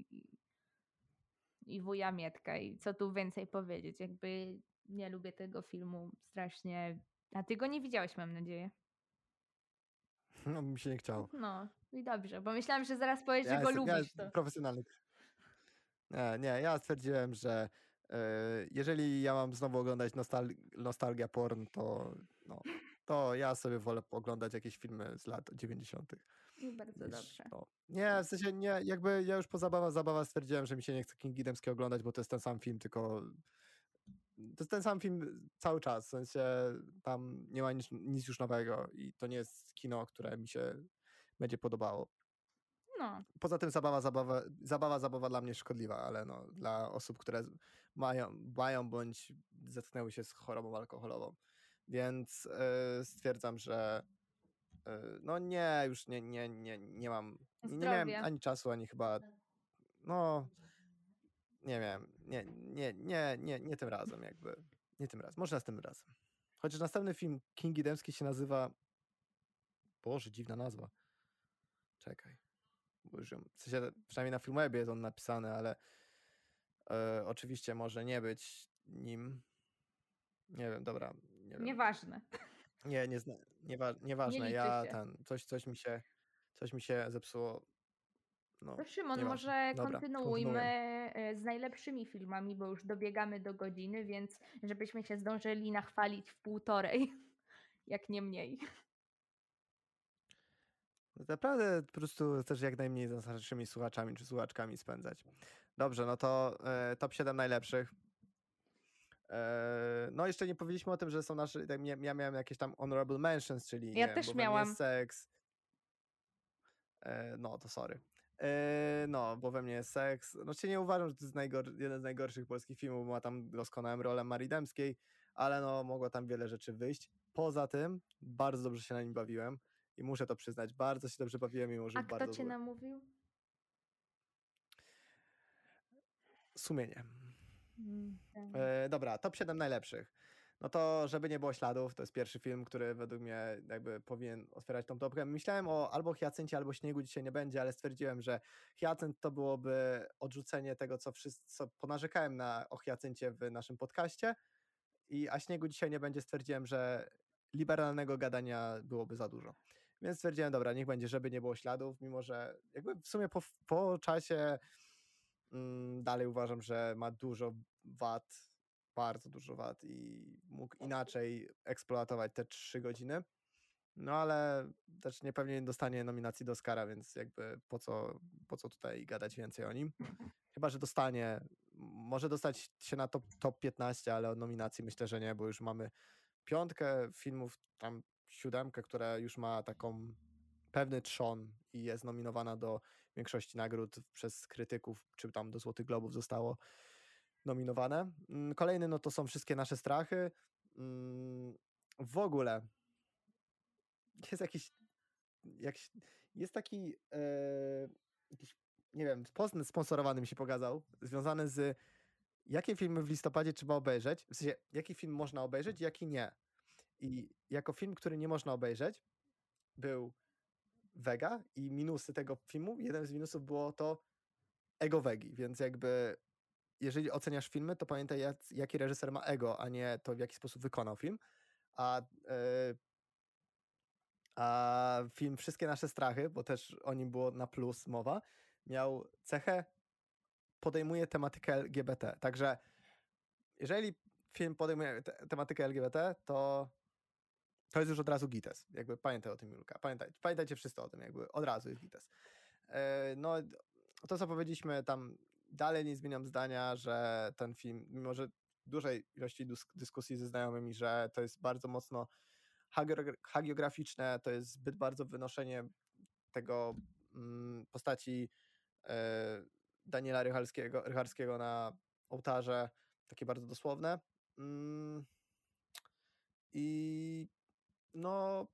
Speaker 1: i wuja Mietka. I co tu więcej powiedzieć? Jakby nie lubię tego filmu strasznie. A ty go nie widziałeś, mam nadzieję.
Speaker 2: No, mi się nie chciało.
Speaker 1: No i dobrze, bo myślałam, że zaraz powiesz, że
Speaker 2: Ja
Speaker 1: go
Speaker 2: jestem
Speaker 1: lubisz. To.
Speaker 2: profesjonalny. Nie, ja stwierdziłem, że jeżeli ja mam znowu oglądać nostalgia porn, to ja sobie wolę oglądać jakieś filmy z lat 90.
Speaker 1: I bardzo dobrze.
Speaker 2: Nie, w sensie nie, jakby ja już po zabawa stwierdziłem, że mi się nie chce Kingi Dębskiej oglądać, bo to jest ten sam film, tylko to jest ten sam film cały czas, w sensie tam nie ma nic już nowego i to nie jest kino, które mi się będzie podobało.
Speaker 1: No.
Speaker 2: Poza tym zabawa dla mnie szkodliwa, ale no, dla osób, które mają bądź zetknęły się z chorobą alkoholową. Więc stwierdzam, że no nie, już nie mam, nie miałem ani czasu, ani chyba, no nie wiem, nie tym razem jakby, nie tym razem, może następnym razem. Chociaż następny film Kingi Dębskiej się nazywa, Boże, dziwna nazwa, czekaj. W sensie, przynajmniej na Filmwebie jest on napisany, ale oczywiście może nie być nim. Nie wiem, dobra. Nie wiem.
Speaker 1: Nieważne.
Speaker 2: Nieważne.
Speaker 1: Nie
Speaker 2: Coś mi się zepsuło. No,
Speaker 1: to Szymon,
Speaker 2: nieważne.
Speaker 1: może
Speaker 2: Dobra,
Speaker 1: kontynuujmy z najlepszymi filmami, bo już dobiegamy do godziny, więc żebyśmy się zdążyli nachwalić w 1,5, jak nie mniej.
Speaker 2: Naprawdę po prostu też jak najmniej z naszymi słuchaczami czy słuchaczkami spędzać. Dobrze, no to top 7 najlepszych. No jeszcze nie powiedzieliśmy o tym, że są nasze, ja miałem jakieś tam honorable mentions, czyli
Speaker 1: Ja
Speaker 2: nie
Speaker 1: też
Speaker 2: wiem, bo we mnie
Speaker 1: miałam.
Speaker 2: jest seks. No to sorry. No, bo we mnie jest seks. Znaczy nie uważam, że to jest jeden z najgorszych polskich filmów, bo ma tam doskonałą rolę Marii Dębskiej, ale no mogło tam wiele rzeczy wyjść. Poza tym bardzo dobrze się na nim bawiłem i muszę to przyznać, bardzo się dobrze bawiłem, mimo że
Speaker 1: A kto
Speaker 2: bardzo
Speaker 1: cię
Speaker 2: zły.
Speaker 1: namówił?
Speaker 2: Sumienie.
Speaker 1: Tak.
Speaker 2: Dobra, top 7 najlepszych. no to Żeby nie było śladów, to jest pierwszy film, który według mnie jakby powinien otwierać tą topkę. Myślałem o albo Hiacyncie, albo Śniegu dzisiaj nie będzie, ale stwierdziłem, że Hiacynt to byłoby odrzucenie tego, co ponarzekałem o Hiacyncie w naszym podcaście, a Śniegu dzisiaj nie będzie. Stwierdziłem, że liberalnego gadania byłoby za dużo. Więc stwierdziłem, dobra, niech będzie Żeby nie było śladów, mimo że jakby w sumie po czasie dalej uważam, że ma dużo wad, bardzo dużo wad i mógł inaczej eksploatować te 3 godziny. No ale też niepewnie nie dostanie nominacji do Oscara, więc jakby po co tutaj gadać więcej o nim? Chyba, że dostanie, może dostać się na top 15, ale o nominacji myślę, że nie, bo już mamy 5 filmów, tam 7, która już ma taką pewny trzon i jest nominowana do większości nagród przez krytyków, czy tam do Złotych Globów zostało nominowane. Kolejny, no to są Wszystkie nasze strachy. W ogóle jest jakiś jest taki jakiś, nie wiem, post sponsorowany mi się pokazał, związany z jakie filmy w listopadzie trzeba obejrzeć, w sensie jaki film można obejrzeć, jaki nie. I jako film, który nie można obejrzeć, był Vega i minusy tego filmu. Jeden z minusów było to ego Vegi, więc jakby jeżeli oceniasz filmy, to pamiętaj jaki reżyser ma ego, a nie to w jaki sposób wykonał film. A, a film Wszystkie nasze strachy, bo też o nim było na plus mowa, miał cechę podejmuje tematykę LGBT. Także jeżeli film podejmuje tematykę LGBT, to jest już od razu gites. Jakby pamiętaj o tym, Julka. Pamiętajcie wszyscy o tym, jakby od razu jest gites. No, to co powiedzieliśmy, tam dalej nie zmieniam zdania, że ten film, mimo że dużej ilości dyskusji ze znajomymi, że to jest bardzo mocno hagiograficzne, to jest zbyt bardzo wynoszenie tego postaci Daniela Rycharskiego na ołtarze, takie bardzo dosłowne. I no,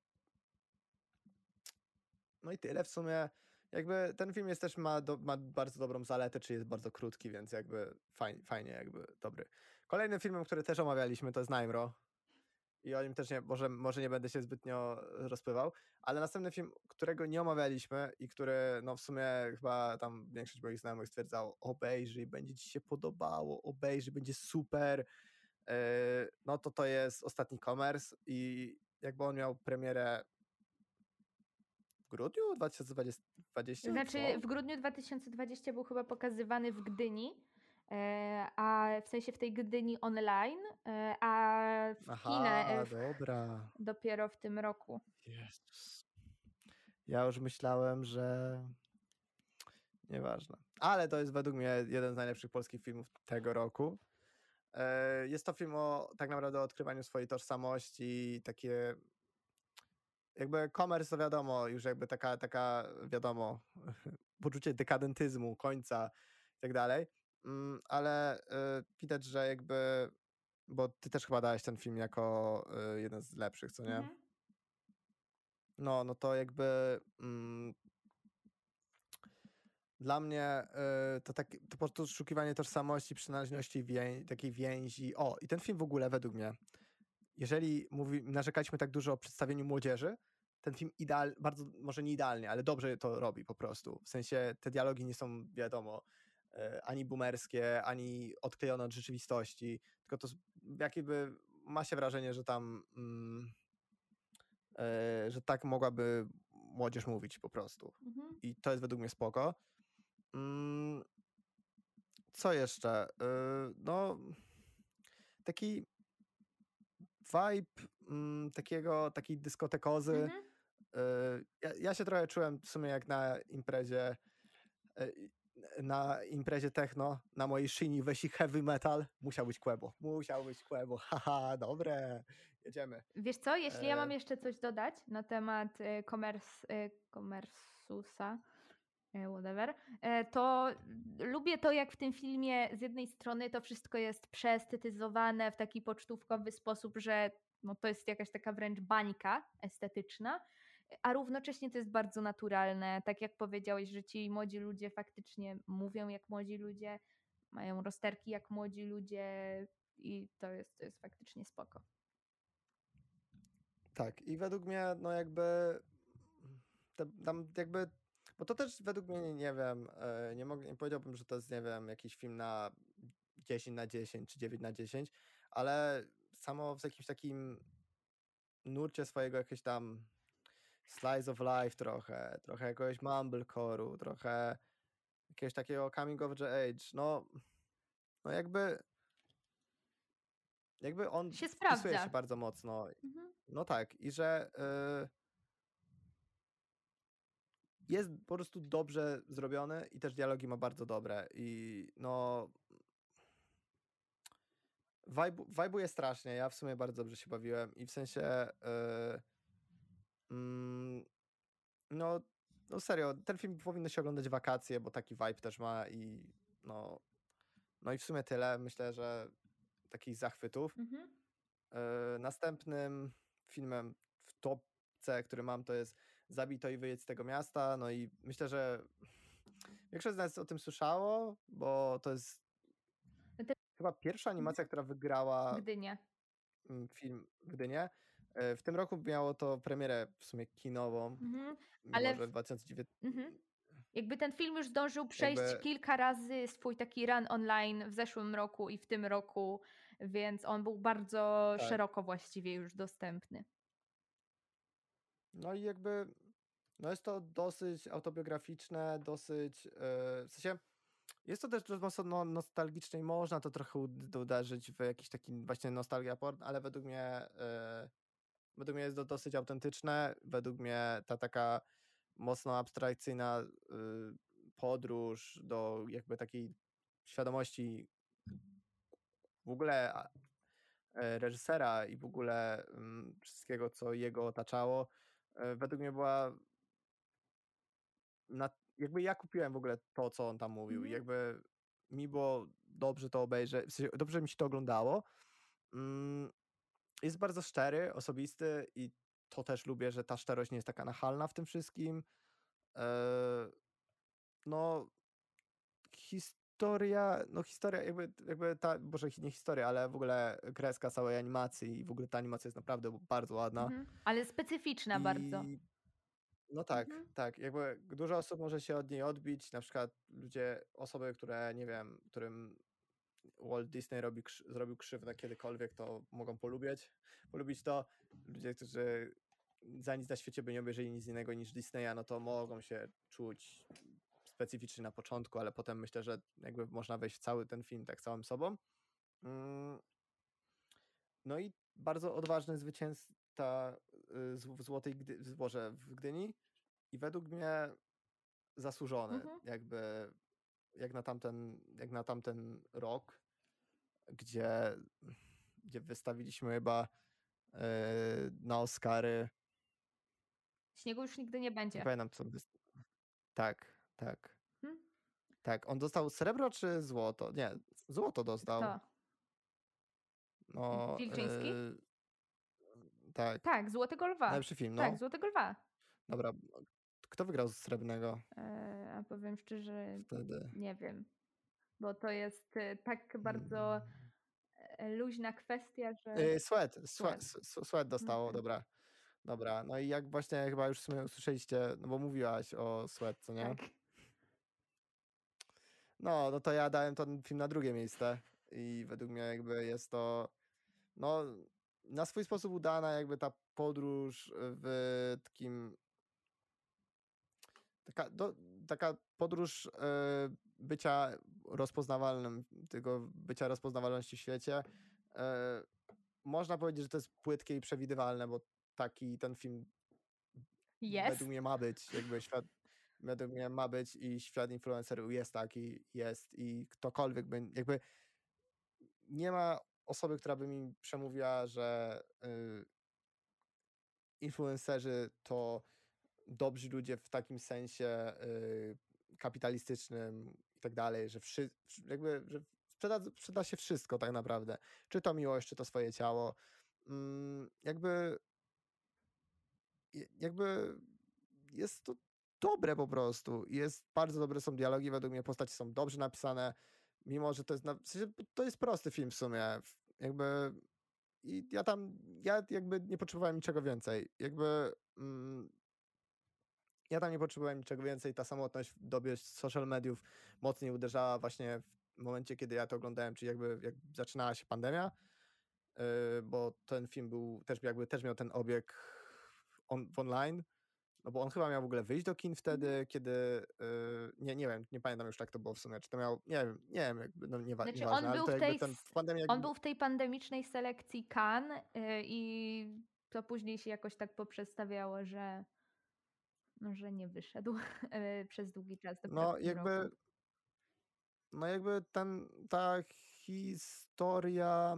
Speaker 2: no i tyle w sumie. Jakby ten film jest też ma bardzo dobrą zaletę, czyli jest bardzo krótki, więc jakby fajnie jakby dobry. Kolejnym filmem, który też omawialiśmy, to jest Najmro. I o nim też może nie będę się zbytnio rozpływał, ale następny film, którego nie omawialiśmy i który no w sumie chyba tam większość moich znajomych stwierdzało, obejrzyj, będzie ci się podobało, obejrzyj, będzie super. No to jest Ostatni Commerce i jakby on miał premierę w grudniu 2020?
Speaker 1: Znaczy,
Speaker 2: Co?
Speaker 1: w grudniu 2020 był chyba pokazywany w Gdyni, a w sensie w tej Gdyni online, a w kinach
Speaker 2: Aha, dobra.
Speaker 1: dopiero w tym roku.
Speaker 2: Jezus. Ja już myślałem, że nieważne. Ale to jest według mnie jeden z najlepszych polskich filmów tego roku. Jest to film tak naprawdę o odkrywaniu swojej tożsamości, takie jakby commerce to wiadomo, już jakby taka wiadomo, poczucie dekadentyzmu, końca i tak dalej. Ale widać, że jakby, bo ty też chyba dałeś ten film jako jeden z lepszych, co nie?
Speaker 1: Mhm.
Speaker 2: No to jakby dla mnie to po prostu poszukiwanie tożsamości, przynależności, takiej więzi. O, i ten film w ogóle według mnie, jeżeli narzekaliśmy tak dużo o przedstawieniu młodzieży, ten film bardzo, może nie idealnie, ale dobrze to robi po prostu. W sensie te dialogi nie są, wiadomo, ani boomerskie, ani odklejone od rzeczywistości, tylko to jakby ma się wrażenie, że tam że tak mogłaby młodzież mówić po prostu.
Speaker 1: Mhm.
Speaker 2: I to jest według mnie spoko. Co jeszcze? No, taki vibe takiej dyskotekozy.
Speaker 1: Mhm.
Speaker 2: Ja się trochę czułem w sumie jak na imprezie techno, na mojej szyni wesi heavy metal. Musiał być Quebo. Haha, dobre. Jedziemy.
Speaker 1: Wiesz co, jeśli ja
Speaker 2: E,
Speaker 1: mam jeszcze coś dodać na temat Commersusa, whatever, to lubię to, jak w tym filmie z jednej strony to wszystko jest przeestetyzowane w taki pocztówkowy sposób, że no to jest jakaś taka wręcz bańka estetyczna, a równocześnie to jest bardzo naturalne. Tak jak powiedziałeś, że ci młodzi ludzie faktycznie mówią jak młodzi ludzie, mają rozterki jak młodzi ludzie, i to jest faktycznie spoko.
Speaker 2: Tak, i według mnie, no jakby tam jakby, bo to też według mnie, nie wiem, nie powiedziałbym, że to jest, nie wiem, jakiś film na 10/10 czy 9/10, ale samo w jakimś takim nurcie swojego jakiegoś tam slice of life trochę jakiegoś mumblecore'u, trochę jakiegoś takiego coming of the age, no jakby on
Speaker 1: Się
Speaker 2: wpisuje się
Speaker 1: sprawdza.
Speaker 2: bardzo mocno.
Speaker 1: Mhm.
Speaker 2: No tak, i że jest po prostu dobrze zrobiony i też dialogi ma bardzo dobre i no wajbuje strasznie. Ja w sumie bardzo dobrze się bawiłem i w sensie mm, no, no serio, ten film powinno się oglądać w wakacje, bo taki vibe też ma i no, no i w sumie tyle. Myślę, że takich zachwytów.
Speaker 1: Mhm.
Speaker 2: Następnym filmem w topce, który mam, to jest Zabij to i wyjedź z tego miasta. No i myślę, że większość z nas o tym słyszało, bo to jest
Speaker 1: Te-
Speaker 2: chyba pierwsza animacja, która wygrała
Speaker 1: Gdynia.
Speaker 2: film w Gdynie. W tym roku miało to premierę w sumie kinową,
Speaker 1: Mhm.
Speaker 2: mimo
Speaker 1: Ale
Speaker 2: że w 2019
Speaker 1: mhm. Jakby ten film już zdążył przejść
Speaker 2: jakby
Speaker 1: kilka razy swój taki run online w zeszłym roku i w tym roku, więc on był bardzo
Speaker 2: tak.
Speaker 1: szeroko właściwie już dostępny.
Speaker 2: No i jakby no jest to dosyć autobiograficzne, dosyć w sensie jest to też dość mocno nostalgiczne i można to trochę uderzyć w jakiś taki właśnie nostalgia porn, ale według mnie jest to dosyć autentyczne. Według mnie ta taka mocno abstrakcyjna podróż do jakby takiej świadomości w ogóle reżysera i w ogóle wszystkiego, co jego otaczało, według mnie była jakby ja kupiłem w ogóle to, co on tam mówił. I
Speaker 1: Mhm.
Speaker 2: jakby mi było dobrze to obejrzeć, w sensie dobrze mi się to oglądało. Mm, Jest bardzo szczery, osobisty i to też lubię, że ta szczerość nie jest taka nachalna w tym wszystkim. Eee, No, historia jakby ta, może nie historia, ale w ogóle kreska całej animacji i w ogóle ta animacja jest naprawdę bardzo ładna.
Speaker 1: Mhm. Ale specyficzna bardzo.
Speaker 2: I no tak,
Speaker 1: Mhm.
Speaker 2: tak. Jakby dużo osób może się od niej odbić, na przykład osoby, które nie wiem, którym Walt Disney zrobił krzywdę kiedykolwiek, to mogą polubić to. Ludzie, którzy za nic na świecie by nie obejrzeli nic innego niż Disneya, no to mogą się czuć specyficznie na początku, ale potem myślę, że jakby można wejść w cały ten film tak całym sobą. Mm, No i bardzo odważny zwycięzca w Złotej Boże, w Gdyni i według mnie zasłużony,
Speaker 1: Mhm.
Speaker 2: jakby jak na tamten rok, gdzie, gdzie wystawiliśmy chyba na Oscary,
Speaker 1: Śniegu już nigdy nie
Speaker 2: nie
Speaker 1: będzie.
Speaker 2: pamiętam co tak, tak,
Speaker 1: Mhm.
Speaker 2: tak. On dostał srebro czy złoto? Nie, złoto dostał.
Speaker 1: Kto?
Speaker 2: No,
Speaker 1: Wilczyński?
Speaker 2: tak.
Speaker 1: Tak, Złotego Lwa.
Speaker 2: Najlepszy film,
Speaker 1: Tak,
Speaker 2: no.
Speaker 1: Złotego Lwa.
Speaker 2: Dobra. Kto wygrał z srebrnego
Speaker 1: A powiem szczerze,
Speaker 2: wtedy?
Speaker 1: nie wiem, bo to jest tak bardzo
Speaker 2: Mm.
Speaker 1: luźna kwestia, że Sweat.
Speaker 2: Sweat dostało,
Speaker 1: Okej.
Speaker 2: dobra. Dobra, no i jak właśnie chyba już w sumie usłyszeliście, no bo mówiłaś o Sweat, co nie?
Speaker 1: Tak.
Speaker 2: No to ja dałem ten film na drugie miejsce i według mnie jakby jest to, no na swój sposób udana jakby ta podróż w takim, taka, taka podróż bycia rozpoznawalnym, tego bycia rozpoznawalności w świecie. E, Można powiedzieć, że to jest płytkie i przewidywalne, bo taki ten film według
Speaker 1: Jest.
Speaker 2: mnie ma być, jakby według mnie ma być i świat influencerów jest taki, jest i ktokolwiek by, jakby nie ma osoby, która by mi przemówiła, że influencerzy to dobrzy ludzie w takim sensie kapitalistycznym i tak dalej, że jakby, że sprzeda się wszystko tak naprawdę. Czy to miłość, czy to swoje ciało. Jakby jakby jest to dobre po prostu. Jest bardzo dobre są dialogi, według mnie postaci są dobrze napisane, mimo że to jest w sensie, to jest prosty film w sumie. jakby i ja jakby nie potrzebowałem niczego więcej. Ja tam nie potrzebowałem niczego więcej. Ta samotność w dobie social mediów mocniej uderzała właśnie w momencie, kiedy ja to oglądałem, czyli jakby jak zaczynała się pandemia, bo ten film był też miał ten obieg w online, no bo on chyba miał w ogóle wyjść do kin wtedy, kiedy nie wiem, nie pamiętam już jak to było w sumie, czy to miał, nie wiem, jakby, no
Speaker 1: Znaczy
Speaker 2: nieważne, ale to jakby ten w pandemii
Speaker 1: on
Speaker 2: jakby,
Speaker 1: był w tej pandemicznej selekcji Cannes i to później się jakoś tak poprzestawiało, że, no, że nie wyszedł przez długi czas, dopiero w
Speaker 2: no
Speaker 1: tym roku.
Speaker 2: jakby, ta historia,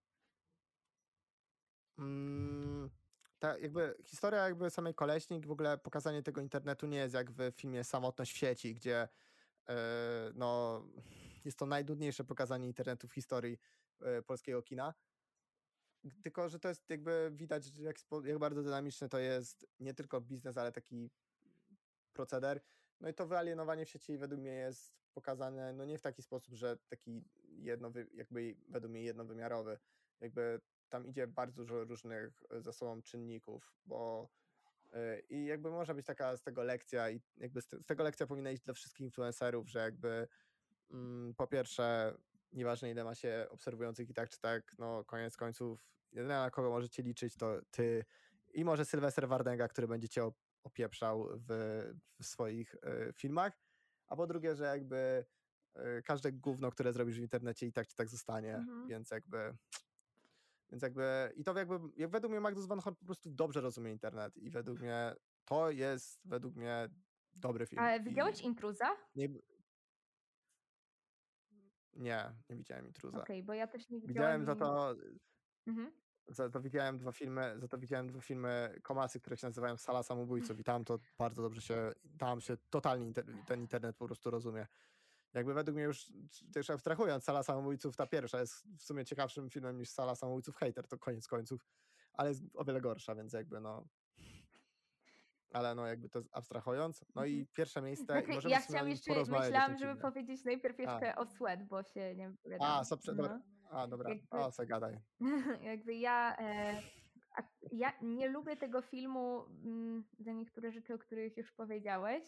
Speaker 2: mm, ta jakby historia jakby samej Koleśnik, w ogóle pokazanie tego internetu nie jest jak w filmie Samotność w sieci, gdzie no jest to najnudniejsze pokazanie internetu w historii polskiego kina. Tylko, że to jest jakby widać, że jak bardzo dynamiczny to jest nie tylko biznes, ale taki proceder. No i to wyalienowanie w sieci według mnie jest pokazane no nie w taki sposób, że taki jakby według mnie jednowymiarowy. Jakby tam idzie bardzo dużo różnych ze sobą czynników, bo i jakby może być taka z tego lekcja i jakby z tego lekcja powinna iść dla wszystkich influencerów, że jakby po pierwsze, nieważne ile ma się obserwujących i tak czy tak, no koniec końców, jedyne na kogo możecie liczyć to ty i może Sylwester Wardęga, który będzie cię opieprzał w swoich filmach, a po drugie, że jakby każde gówno, które zrobisz w internecie i tak czy tak zostanie,
Speaker 1: Mhm.
Speaker 2: więc jakby i to jakby, jak według mnie Magnus van Horn po prostu dobrze rozumie internet i według mnie to jest dobry film
Speaker 1: Ale
Speaker 2: i
Speaker 1: widziałeś Intruza?
Speaker 2: nie, nie widziałem Intruza.
Speaker 1: Okej, bo ja też nie widziałam
Speaker 2: Widziałem za
Speaker 1: i...
Speaker 2: to
Speaker 1: Mhm.
Speaker 2: za to widziałem 2 filmy Komasy, które się nazywają Sala Samobójców i tam to bardzo dobrze tam się totalnie ten internet po prostu rozumie. Jakby według mnie już też abstrahując, Sala Samobójców ta pierwsza jest w sumie ciekawszym filmem niż Sala Samobójców Hater, to koniec końców, ale jest o wiele gorsza, więc jakby no, ale no jakby to abstrahując. No
Speaker 1: Mhm.
Speaker 2: i pierwsze miejsce i
Speaker 1: Znaczy,
Speaker 2: możemy
Speaker 1: ja
Speaker 2: w sumie o
Speaker 1: chciałam
Speaker 2: nim
Speaker 1: jeszcze,
Speaker 2: porozmawiać o tym
Speaker 1: myślałam, żeby
Speaker 2: filmie.
Speaker 1: powiedzieć najpierw
Speaker 2: A,
Speaker 1: jeszcze o Sweat, bo się nie
Speaker 2: a,
Speaker 1: wypowiadałam.
Speaker 2: dobra.
Speaker 1: No.
Speaker 2: A, dobra.
Speaker 1: Jakby,
Speaker 2: O, co gadaj.
Speaker 1: jakby ja nie lubię tego filmu za niektóre rzeczy, o których już powiedziałeś.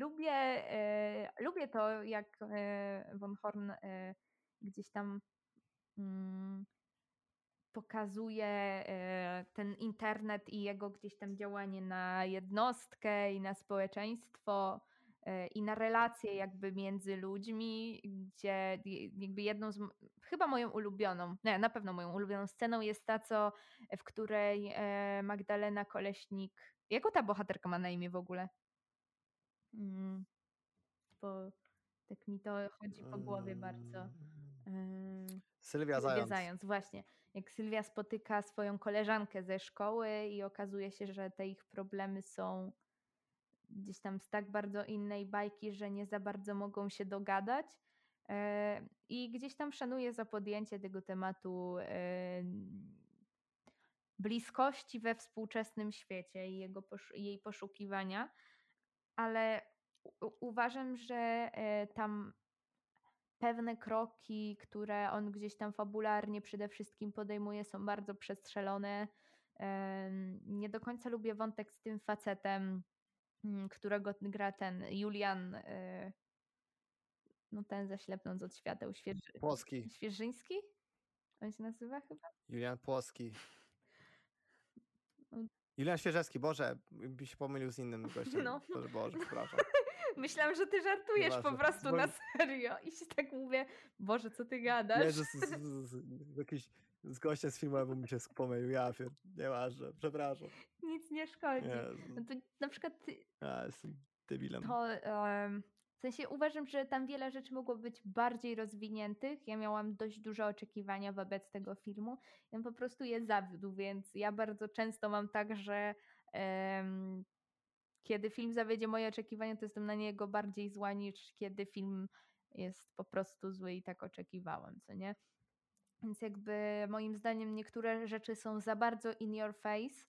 Speaker 1: Lubię to, jak Von Horn gdzieś tam mm, pokazuje ten internet i jego gdzieś tam działanie na jednostkę i na społeczeństwo i na relacje jakby między ludźmi, gdzie jakby chyba moją ulubioną, nie, na pewno moją ulubioną sceną jest ta, w której Magdalena Koleśnik, jako ta bohaterka ma na imię w ogóle? Mm, Bo tak mi to chodzi po głowie bardzo.
Speaker 2: Mm,
Speaker 1: Yy,
Speaker 2: Sylwia
Speaker 1: Sylwia
Speaker 2: Zając.
Speaker 1: Zając, właśnie. Jak Sylwia spotyka swoją koleżankę ze szkoły i okazuje się, że te ich problemy są gdzieś tam z tak bardzo innej bajki, że nie za bardzo mogą się dogadać. I gdzieś tam szanuję za podjęcie tego tematu bliskości we współczesnym świecie i jej poszukiwania, ale uważam, że tam pewne kroki, które on gdzieś tam fabularnie przede wszystkim podejmuje, są bardzo przestrzelone. Nie do końca lubię wątek z tym facetem, którego gra ten Julian, no ten zaślepnąc od świateł,
Speaker 2: Płoski.
Speaker 1: Świeżyński? On się nazywa chyba?
Speaker 2: Julian Płoski.
Speaker 1: No.
Speaker 2: Julian Świeżewski, Boże, by się pomylił z innym gościem.
Speaker 1: No.
Speaker 2: Boże, przepraszam.
Speaker 1: Myślałam, że ty żartujesz po
Speaker 2: Nieważne.
Speaker 1: prostu na serio i się tak mówię, Boże, co ty gadasz?
Speaker 2: Jezus, jakiś z gościem z filmu, bo mi się pomylił. Nieważne, przepraszam.
Speaker 1: Nic nie szkodzi.
Speaker 2: Jezu,
Speaker 1: No to na przykład
Speaker 2: ja jestem debilem.
Speaker 1: to w sensie uważam, że tam wiele rzeczy mogło być bardziej rozwiniętych. Ja miałam dość duże oczekiwania wobec tego filmu. I on po prostu je zawiódł, więc ja bardzo często mam tak, że kiedy film zawiedzie moje oczekiwania, to jestem na niego bardziej zła niż kiedy film jest po prostu zły i tak oczekiwałam, co nie? Więc jakby moim zdaniem niektóre rzeczy są za bardzo in your face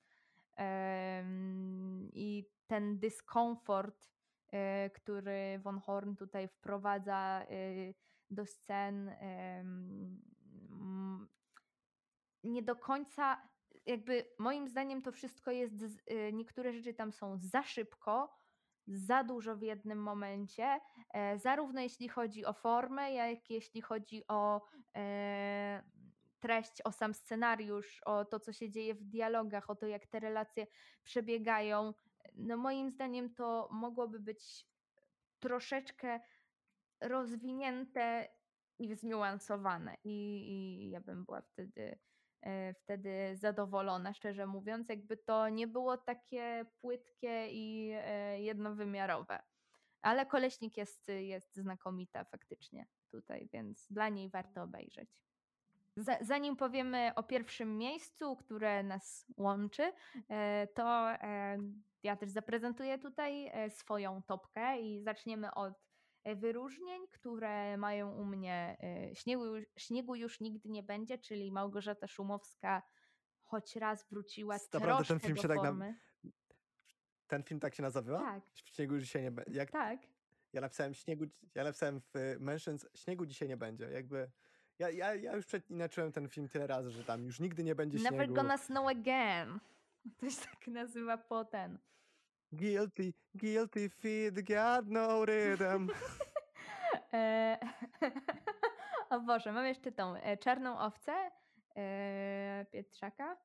Speaker 1: i ten dyskomfort, który Von Horn tutaj wprowadza do scen, nie do końca, jakby moim zdaniem to wszystko jest, niektóre rzeczy tam są za szybko, za dużo w jednym momencie, zarówno jeśli chodzi o formę, jak jeśli chodzi o e, treść, o sam scenariusz, o to, co się dzieje w dialogach, o to, jak te relacje przebiegają. No moim zdaniem to mogłoby być troszeczkę rozwinięte i zniuansowane. I ja bym była wtedy zadowolona, szczerze mówiąc, jakby to nie było takie płytkie i jednowymiarowe. Ale Koleśnik jest znakomita faktycznie tutaj, więc dla niej warto obejrzeć. Zanim powiemy o pierwszym miejscu, które nas łączy, to ja też zaprezentuję tutaj swoją topkę i zaczniemy od wyróżnień, które mają u mnie Śniegu już nigdy nie będzie, czyli Małgorzata Szumowska choć raz wróciła
Speaker 2: Naprawdę ten
Speaker 1: troszkę
Speaker 2: film
Speaker 1: do
Speaker 2: się tak
Speaker 1: formy.
Speaker 2: ten film tak się nazywa?
Speaker 1: Tak,
Speaker 2: W śniegu dzisiaj nie będzie. Jak
Speaker 1: tak.
Speaker 2: ja napisałem w Mentions śniegu dzisiaj nie będzie. Jakby ja już przeklinczyłem ten film tyle razy, że tam już nigdy nie będzie
Speaker 1: Never
Speaker 2: śniegu.
Speaker 1: gonna snow again. To się tak nazywa po ten.
Speaker 2: Guilty feet got no rhythm.
Speaker 1: E, O Boże, mam jeszcze tą Czarną owcę Pietrzaka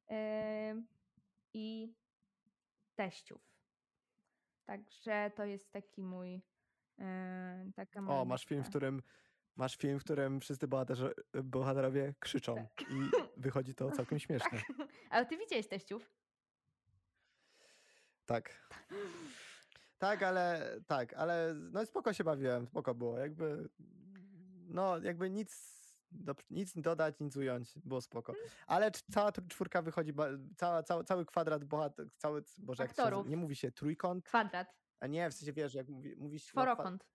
Speaker 1: i Teściów. Także to jest taki mój taka moja
Speaker 2: O, masz
Speaker 1: lista.
Speaker 2: film, w którym wszyscy bohaterowie krzyczą
Speaker 1: Tak.
Speaker 2: i wychodzi to całkiem śmiesznie.
Speaker 1: Ale ty widziałeś Teściów?
Speaker 2: Tak. Ale no spoko się bawiłem, spoko było. Jakby nic dodać, nic ująć, było spoko. Ale cała czwórka wychodzi, cały kwadrat Boże, jak to się nazywa?
Speaker 1: Aktorów.
Speaker 2: Nie mówi się trójkąt,
Speaker 1: Kwadrat.
Speaker 2: a nie, w sensie wiesz, jak mówi się
Speaker 1: Czworokąt.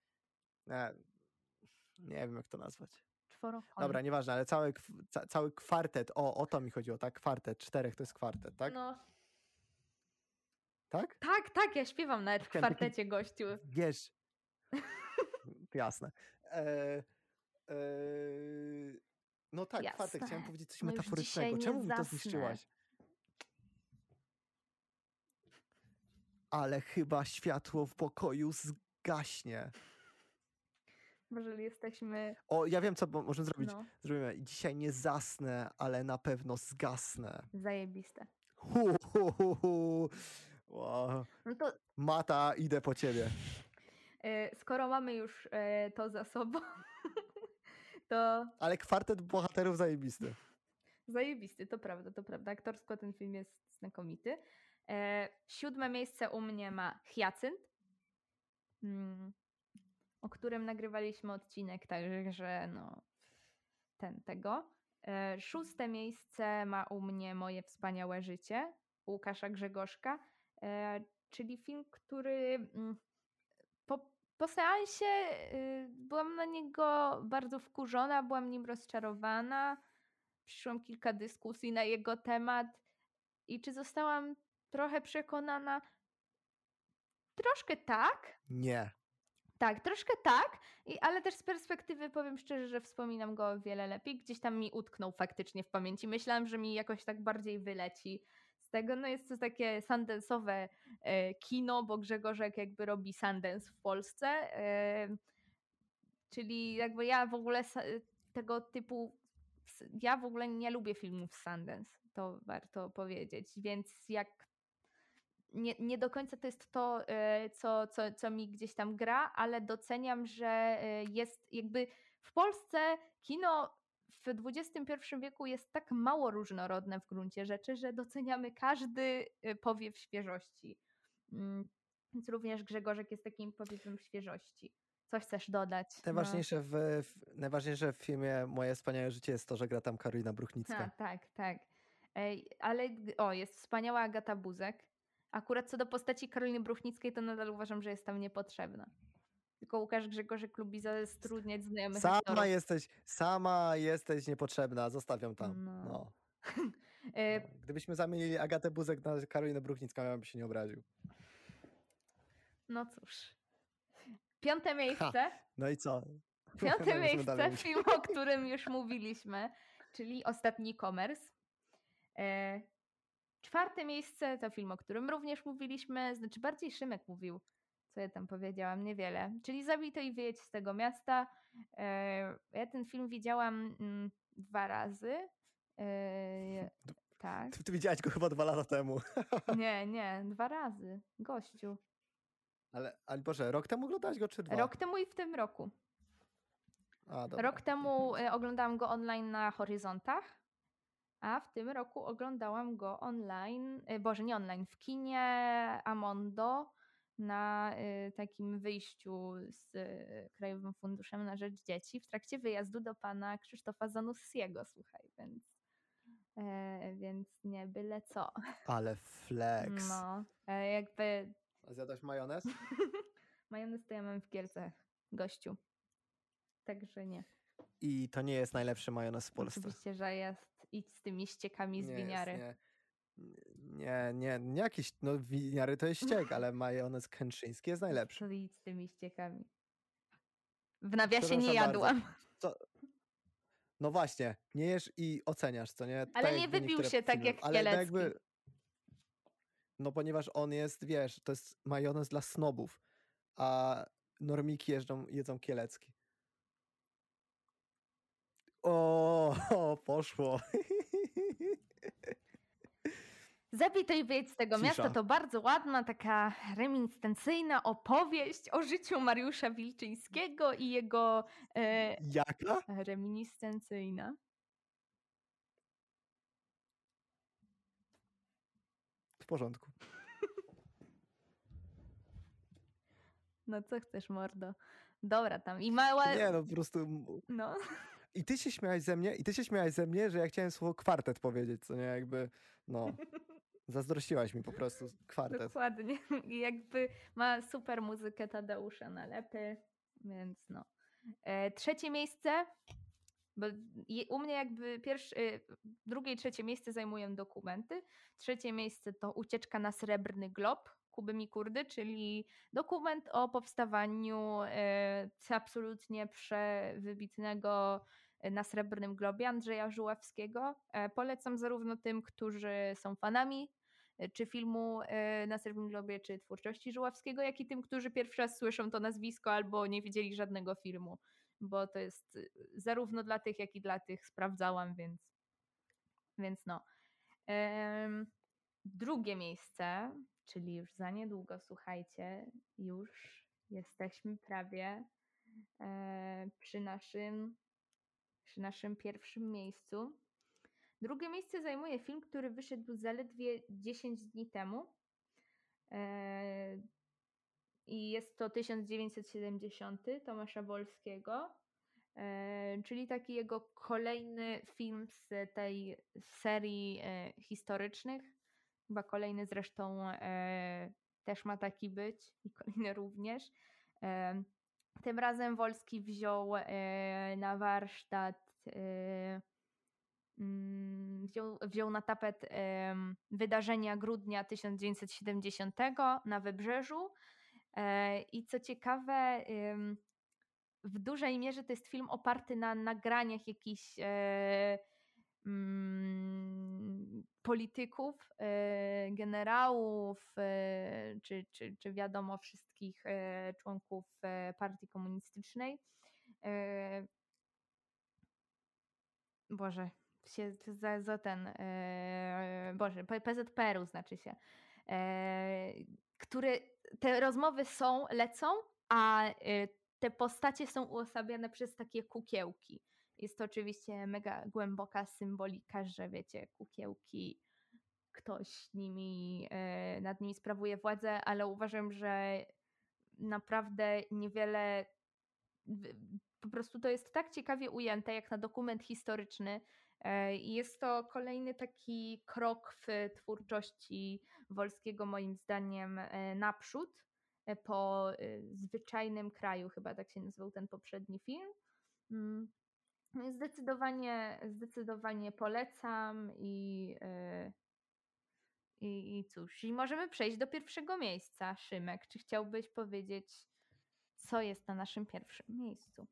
Speaker 2: nie wiem jak to nazwać.
Speaker 1: Czworokąt.
Speaker 2: Dobra, nieważne, ale cały kwartet, o to mi chodziło, tak? Kwartet, 4 to jest kwartet, tak?
Speaker 1: No.
Speaker 2: Tak?
Speaker 1: Tak, ja śpiewam nawet w kwartecie, gościu.
Speaker 2: Wiesz. Jasne. No tak,
Speaker 1: Jasne.
Speaker 2: kwartet, chciałem powiedzieć coś
Speaker 1: No już
Speaker 2: metaforycznego.
Speaker 1: dzisiaj nie
Speaker 2: Czemu mi to
Speaker 1: zasnę.
Speaker 2: zniszczyłaś? Ale chyba światło w pokoju zgaśnie.
Speaker 1: Może jesteśmy...
Speaker 2: O, ja wiem, co możemy zrobić.
Speaker 1: No,
Speaker 2: Zrobimy. Dzisiaj nie zasnę, ale na pewno zgasnę.
Speaker 1: zajebiste.
Speaker 2: Wow.
Speaker 1: No to
Speaker 2: Mata, idę po ciebie.
Speaker 1: skoro mamy już to za sobą, to
Speaker 2: Ale kwartet bohaterów zajebisty.
Speaker 1: zajebisty, to prawda, to prawda. Aktorsko ten film jest znakomity. 7. miejsce u mnie ma Hyacynt, o którym nagrywaliśmy odcinek, także no tego. 6. miejsce ma u mnie Moje wspaniałe życie Łukasza Grzegorzka, czyli film, który po seansie byłam na niego bardzo wkurzona, byłam nim rozczarowana. Przyszłam kilka dyskusji na jego temat i czy zostałam trochę przekonana? Troszkę tak.
Speaker 2: Nie.
Speaker 1: Tak, troszkę tak, ale też z perspektywy powiem szczerze, że wspominam go o wiele lepiej. Gdzieś tam mi utknął faktycznie w pamięci. Myślałam, że mi jakoś tak bardziej wyleci z tego. No jest to takie sundance'owe kino, bo Grzegorzek jakby robi Sundance w Polsce. Czyli jakby ja w ogóle tego typu, ja w ogóle nie lubię filmów Sundance, to warto powiedzieć, więc jak nie do końca to jest to, co mi gdzieś tam gra, ale doceniam, że jest jakby w Polsce kino w XXI wieku jest tak mało różnorodne w gruncie rzeczy, że doceniamy każdy powiew świeżości. Więc również Grzegorzek jest takim powiewem świeżości. Coś chcesz dodać?
Speaker 2: Najważniejsze w filmie Moje wspaniałe życie jest to, że gra tam Karolina Bruchnicka.
Speaker 1: Tak. Ale jest wspaniała Agata Buzek. Akurat co do postaci Karoliny Bruchnickiej, to nadal uważam, że jest tam niepotrzebna. Tylko Łukasz Grzegorzek lubi zatrudniać znajomych aktorów.
Speaker 2: Sama jesteś niepotrzebna, zostawiam tam. No. Gdybyśmy zamienili Agatę Buzek na Karolinę Bruchnicką, ja bym się nie obraził.
Speaker 1: No cóż. 5. miejsce.
Speaker 2: No i co?
Speaker 1: 5. miejsce, film, o którym już mówiliśmy, czyli Ostatni Komers. E, Czwarte miejsce to film, o którym również mówiliśmy, znaczy bardziej Szymek mówił, co ja tam powiedziałam, niewiele. Czyli Zabij to i wyjedź z tego miasta. Ja ten film widziałam 2 razy. Tak.
Speaker 2: Ty widziałaś go chyba 2 lata temu.
Speaker 1: Nie, 2 razy. Gościu.
Speaker 2: Ale Boże, rok temu oglądałaś go czy 2?
Speaker 1: Rok temu i w tym roku.
Speaker 2: A, dobra.
Speaker 1: Rok temu oglądałam go online na Horyzontach, a w tym roku oglądałam go online, Boże, nie online, w kinie Amondo na takim wyjściu z Krajowym Funduszem na Rzecz Dzieci w trakcie wyjazdu do pana Krzysztofa Zanussiego, słuchaj, więc nie byle co.
Speaker 2: Ale flex.
Speaker 1: No, jakby
Speaker 2: A zjadasz majonez?
Speaker 1: majonez to ja mam w Kielcach, gościu. Także nie.
Speaker 2: I to nie jest najlepszy majonez w Polsce.
Speaker 1: Oczywiście, że jest. Idź z tymi ściekami z
Speaker 2: Nie
Speaker 1: winiary.
Speaker 2: jest, nie jakiś, no winiary to jest ściek, ale majonez kętrzyński jest najlepszy.
Speaker 1: To idź z tymi ściekami. W nawiasie
Speaker 2: Przepraszam
Speaker 1: nie jadłam.
Speaker 2: No właśnie, nie jesz i oceniasz, co nie?
Speaker 1: Ale nie wybił się tak jak
Speaker 2: ale no
Speaker 1: Kielecki.
Speaker 2: no ponieważ on jest, wiesz, to jest majonez dla snobów, a normiki jedzą kielecki. O, poszło.
Speaker 1: Zabij to i wyjedź z tego
Speaker 2: Cisza.
Speaker 1: miasta to bardzo ładna, taka reminiscencyjna opowieść o życiu Mariusza Wilczyńskiego i jego...
Speaker 2: Jaka?
Speaker 1: Reminiscencyjna.
Speaker 2: W porządku.
Speaker 1: No co chcesz, mordo? Dobra, tam i mała...
Speaker 2: Nie, no po prostu...
Speaker 1: No.
Speaker 2: I ty się śmiałaś ze mnie, że ja chciałem słowo kwartet powiedzieć, co nie, jakby, no... Zazdrościłaś mi po prostu kwartet.
Speaker 1: Dokładnie. I jakby ma super muzykę Tadeusza Nalepy, więc no. Trzecie miejsce, bo u mnie jakby drugie i trzecie miejsce zajmują dokumenty. Trzecie miejsce to Ucieczka na Srebrny Glob Kuby Mikurdy, czyli dokument o powstawaniu absolutnie przewybitnego na Srebrnym Globie Andrzeja Żuławskiego. Polecam zarówno tym, którzy są fanami czy filmu na Srebrnym Globie, czy twórczości Żuławskiego, jak i tym, którzy pierwszy raz słyszą to nazwisko albo nie widzieli żadnego filmu, bo to jest zarówno dla tych, jak i dla tych sprawdzałam, więc no. Drugie miejsce, czyli już za niedługo, słuchajcie, już jesteśmy prawie przy naszym pierwszym miejscu. Drugie miejsce zajmuje film, który wyszedł zaledwie 10 dni temu. I jest to 1970 Tomasza Wolskiego, czyli taki jego kolejny film z tej serii historycznych. Chyba kolejny zresztą też ma taki być i kolejny również. Tym razem Wolski wziął na warsztat wziął na tapet wydarzenia grudnia 1970 na Wybrzeżu i co ciekawe w dużej mierze to jest film oparty na nagraniach jakichś polityków, generałów czy wiadomo wszystkich członków partii komunistycznej. Boże, się za ten, Boże, PZPR-u znaczy się, które te rozmowy lecą, a te postacie są uosabiane przez takie kukiełki. Jest to oczywiście mega głęboka symbolika, że wiecie, kukiełki, ktoś nad nimi sprawuje władzę, ale uważam, że naprawdę niewiele, po prostu to jest tak ciekawie ujęte, jak na dokument historyczny. I jest to kolejny taki krok w twórczości Wolskiego, moim zdaniem, naprzód po Zwyczajnym Kraju, chyba tak się nazywał ten poprzedni film. Zdecydowanie polecam i cóż, i możemy przejść do pierwszego miejsca. Szymek, czy chciałbyś powiedzieć, co jest na naszym pierwszym miejscu?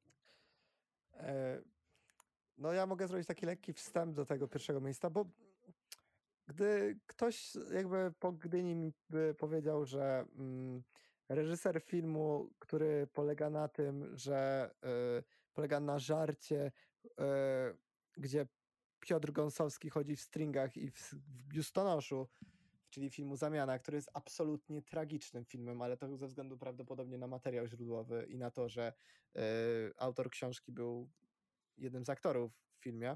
Speaker 2: No ja mogę zrobić taki lekki wstęp do tego pierwszego miejsca, bo Gdy ktoś jakby po Gdyni mi by powiedział, że reżyser filmu, który polega na tym, że polega na żarcie, gdzie Piotr Gąsowski chodzi w stringach i w biustonoszu, czyli filmu Zamiana, który jest absolutnie tragicznym filmem, ale to ze względu prawdopodobnie na materiał źródłowy i na to, że autor książki był jednym z aktorów w filmie.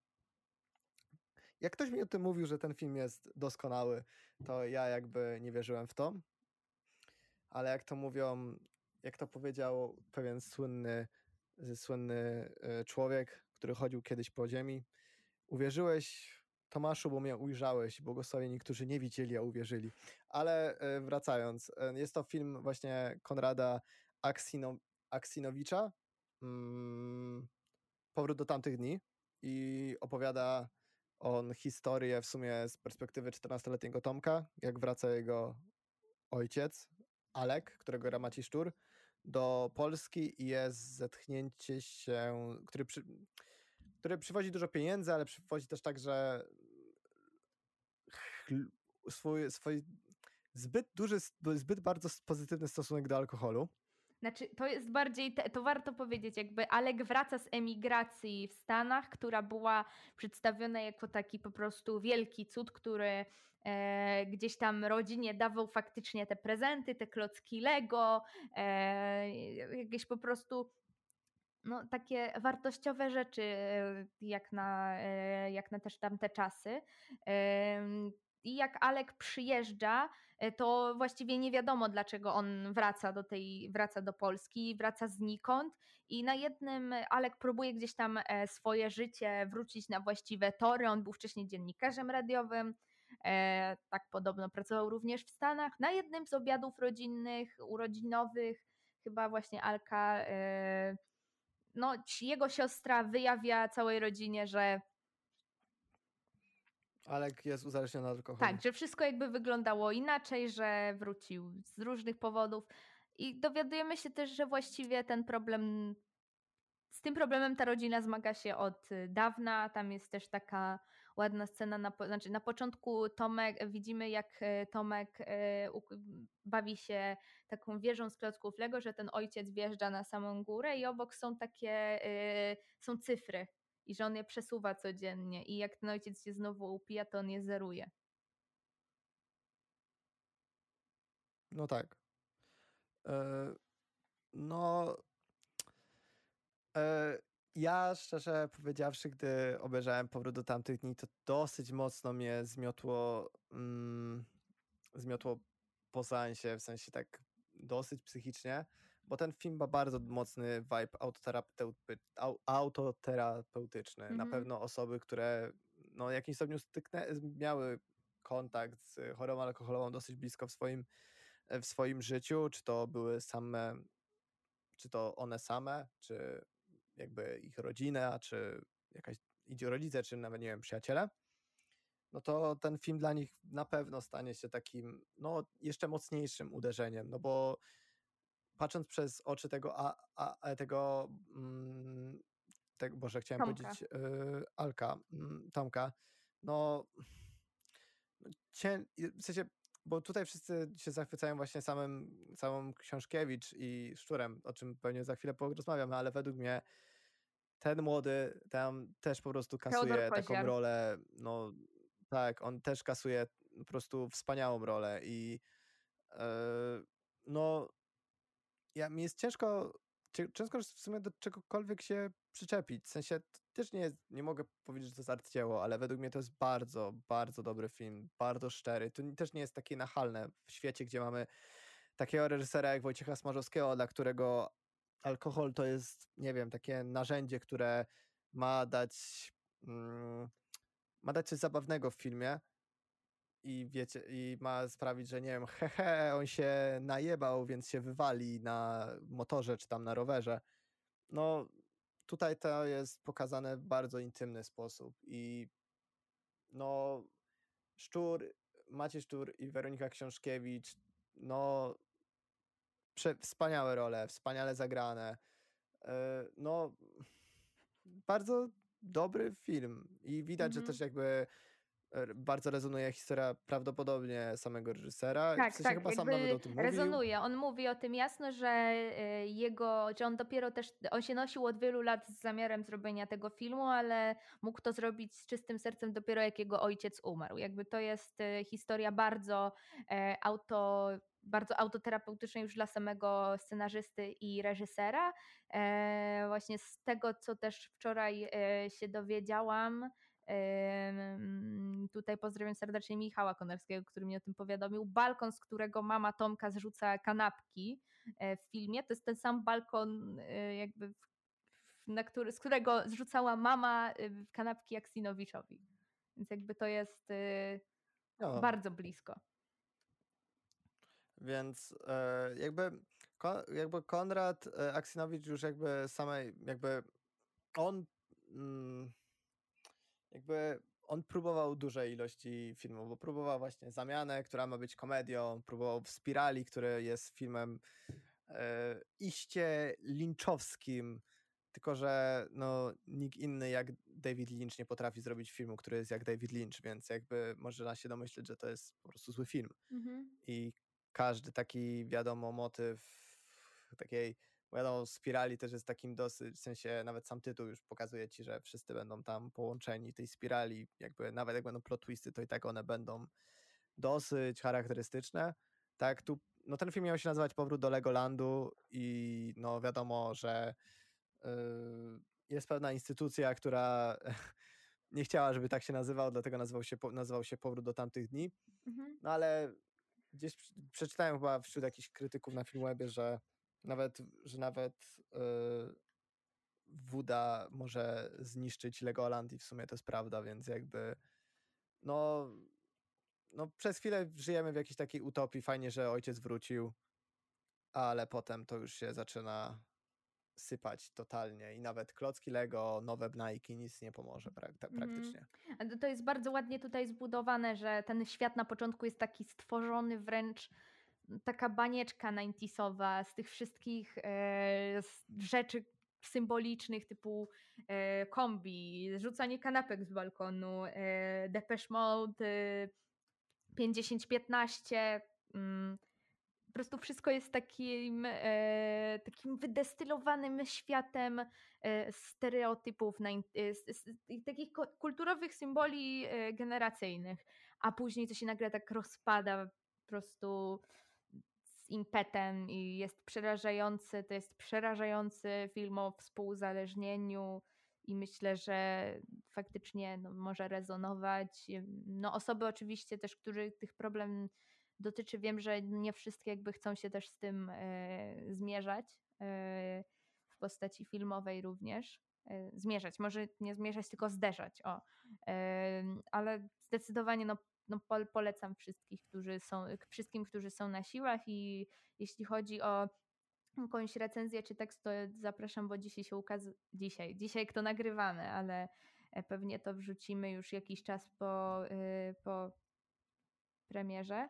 Speaker 2: Jak ktoś mi o tym mówił, że ten film jest doskonały, to ja jakby nie wierzyłem w to. Ale jak to mówią, jak to powiedział pewien słynny człowiek, który chodził kiedyś po ziemi, uwierzyłeś, Tomaszu, bo mnie ujrzałeś, błogosławieni, którzy nie widzieli, a uwierzyli. Ale wracając, jest to film właśnie Konrada Aksinowicza, Powrót do tamtych dni, i opowiada on historię w sumie z perspektywy 14-letniego Tomka, jak wraca jego ojciec, Alek, którego gra Maciej Sztur, do Polski i jest zetchnięcie się, który przywozi dużo pieniędzy, ale przywozi też tak, że swój zbyt bardzo pozytywny stosunek do alkoholu.
Speaker 1: Znaczy, to jest bardziej, to warto powiedzieć, jakby Alek wraca z emigracji w Stanach, która była przedstawiona jako taki po prostu wielki cud, który gdzieś tam rodzinie dawał faktycznie te prezenty, te klocki Lego, jakieś po prostu no, takie wartościowe rzeczy, jak na też tamte czasy. I jak Alek przyjeżdża, to właściwie nie wiadomo, dlaczego on wraca do Polski, wraca znikąd. I na jednym Alek próbuje gdzieś tam swoje życie wrócić na właściwe tory. On był wcześniej dziennikarzem radiowym. Tak podobno pracował również w Stanach. Na jednym z obiadów rodzinnych, urodzinowych, chyba właśnie Alka no, jego siostra wyjawia całej rodzinie, że
Speaker 2: Alek jest uzależniony od alkoholu.
Speaker 1: tak, że wszystko jakby wyglądało inaczej, że wrócił z różnych powodów. I dowiadujemy się też, że właściwie z tym problemem ta rodzina zmaga się od dawna. Tam jest też taka ładna scena, znaczy na początku widzimy jak Tomek bawi się taką wieżą z klocków Lego, że ten ojciec wjeżdża na samą górę i obok są cyfry i że on je przesuwa codziennie i jak ten ojciec się znowu upija, to on je zeruje.
Speaker 2: No tak. No, ja szczerze powiedziawszy, gdy obejrzałem Powrót do tamtych dni, to dosyć mocno mnie zmiotło po seansie, w sensie tak dosyć psychicznie, bo ten film ma bardzo mocny vibe autoterapeutyczny. Na
Speaker 1: Mhm.
Speaker 2: pewno osoby, które no, w jakimś stopniu miały kontakt z chorobą alkoholową dosyć blisko w swoim życiu, czy to one same, czy jakby ich rodzina, czy jakaś rodzice, czy nawet, nie wiem, przyjaciele, no to ten film dla nich na pewno stanie się takim, no, jeszcze mocniejszym uderzeniem, no bo patrząc przez oczy Boże, chciałem
Speaker 1: Tomka.
Speaker 2: powiedzieć Tomka, no, w sensie, bo tutaj wszyscy się zachwycają właśnie samym Książkiewicz i Szczurem, o czym pewnie za chwilę porozmawiamy, ale według mnie ten młody tam też po prostu
Speaker 1: Teodor
Speaker 2: kasuje taką
Speaker 1: Koziar.
Speaker 2: rolę, no tak, on też kasuje po prostu wspaniałą rolę i no mi jest ciężko w sumie do czegokolwiek się przyczepić, w sensie to też nie mogę powiedzieć, że to jest arcydzieło, ale według mnie to jest bardzo, bardzo dobry film, bardzo szczery, to też nie jest takie nachalne w świecie, gdzie mamy takiego reżysera jak Wojciecha Smarzowskiego, dla którego alkohol to jest, nie wiem, takie narzędzie, które ma dać, mm, ma dać coś zabawnego w filmie i wiecie, i ma sprawić, że nie wiem, on się najebał, więc się wywali na motorze czy tam na rowerze. No, tutaj to jest pokazane w bardzo intymny sposób i no, Szczur, Maciej Szczur i Weronika Książkiewicz, no, wspaniałe role, wspaniale zagrane. No, bardzo dobry film i widać, że
Speaker 1: Mhm.
Speaker 2: też jakby bardzo rezonuje historia prawdopodobnie samego reżysera. W
Speaker 1: Tak,
Speaker 2: sensie
Speaker 1: tak,
Speaker 2: chyba sam nawet
Speaker 1: jakby
Speaker 2: o tym mówił.
Speaker 1: rezonuje. On mówi o tym jasno, że że on dopiero też, on się nosił od wielu lat z zamiarem zrobienia tego filmu, ale mógł to zrobić z czystym sercem dopiero jak jego ojciec umarł. Jakby to jest historia e, auto, bardzo autoterapeutyczna już dla samego scenarzysty i reżysera. Właśnie z tego, co też wczoraj się dowiedziałam, tutaj pozdrawiam serdecznie Michała Konarskiego, który mnie o tym powiadomił. Balkon, z którego mama Tomka zrzuca kanapki w filmie, to jest ten sam balkon, z którego zrzucała mama kanapki Aksinowiczowi. Więc jakby to jest
Speaker 2: No,
Speaker 1: bardzo blisko.
Speaker 2: więc jakby Konrad Aksinowicz już jakby samej, jakby on mm, jakby on próbował dużej ilości filmów, bo próbował właśnie Zamianę, która ma być komedią, próbował w Spirali, który jest filmem iście lynchowskim, tylko że no, nikt inny jak David Lynch nie potrafi zrobić filmu, który jest jak David Lynch, więc jakby można się domyśleć, że to jest po prostu zły film.
Speaker 1: Mhm.
Speaker 2: I każdy taki, wiadomo, motyw takiej, wiadomo, spirali też jest takim dosyć, w sensie nawet sam tytuł już pokazuje ci, że wszyscy będą tam połączeni tej spirali, jakby nawet jak będą plot twisty, to i tak one będą dosyć charakterystyczne. Tak, tu, no ten film miał się nazywać Powrót do Legolandu i no wiadomo, że jest pewna instytucja, która nie chciała, żeby tak się nazywał, dlatego nazywał się Powrót do tamtych dni.
Speaker 1: Mhm.
Speaker 2: No ale gdzieś przeczytałem chyba wśród jakichś krytyków na Filmwebie, że nawet Wuda może zniszczyć Legoland i w sumie to jest prawda, więc jakby no, no przez chwilę żyjemy w jakiejś takiej utopii, fajnie, że ojciec wrócił, ale potem to już się zaczyna sypać totalnie i nawet klocki Lego, nowe Nike, nic nie pomoże praktycznie.
Speaker 1: A to jest bardzo ładnie tutaj zbudowane, że ten świat na początku jest taki stworzony wręcz taka banieczka 90sowa z tych wszystkich rzeczy symbolicznych typu kombi, rzucanie kanapek z balkonu, Depeche Mode, 5015. Po prostu wszystko jest takim wydestylowanym światem stereotypów, takich kulturowych symboli generacyjnych, a później to się nagle tak rozpada po prostu z impetem i jest przerażający, to jest przerażający film o współuzależnieniu i myślę, że faktycznie no, może rezonować. No, osoby oczywiście też, których tych problem dotyczy, wiem, że nie wszystkie jakby chcą się też z tym zmierzać w postaci filmowej również. Zmierzać, może nie zmierzać, tylko zderzać. Ale zdecydowanie no polecam wszystkim, którzy są na siłach i jeśli chodzi o jakąś recenzję czy tekst, to zapraszam, bo dzisiaj się ukazuje, dzisiaj kto nagrywamy, ale pewnie to wrzucimy już jakiś czas po premierze,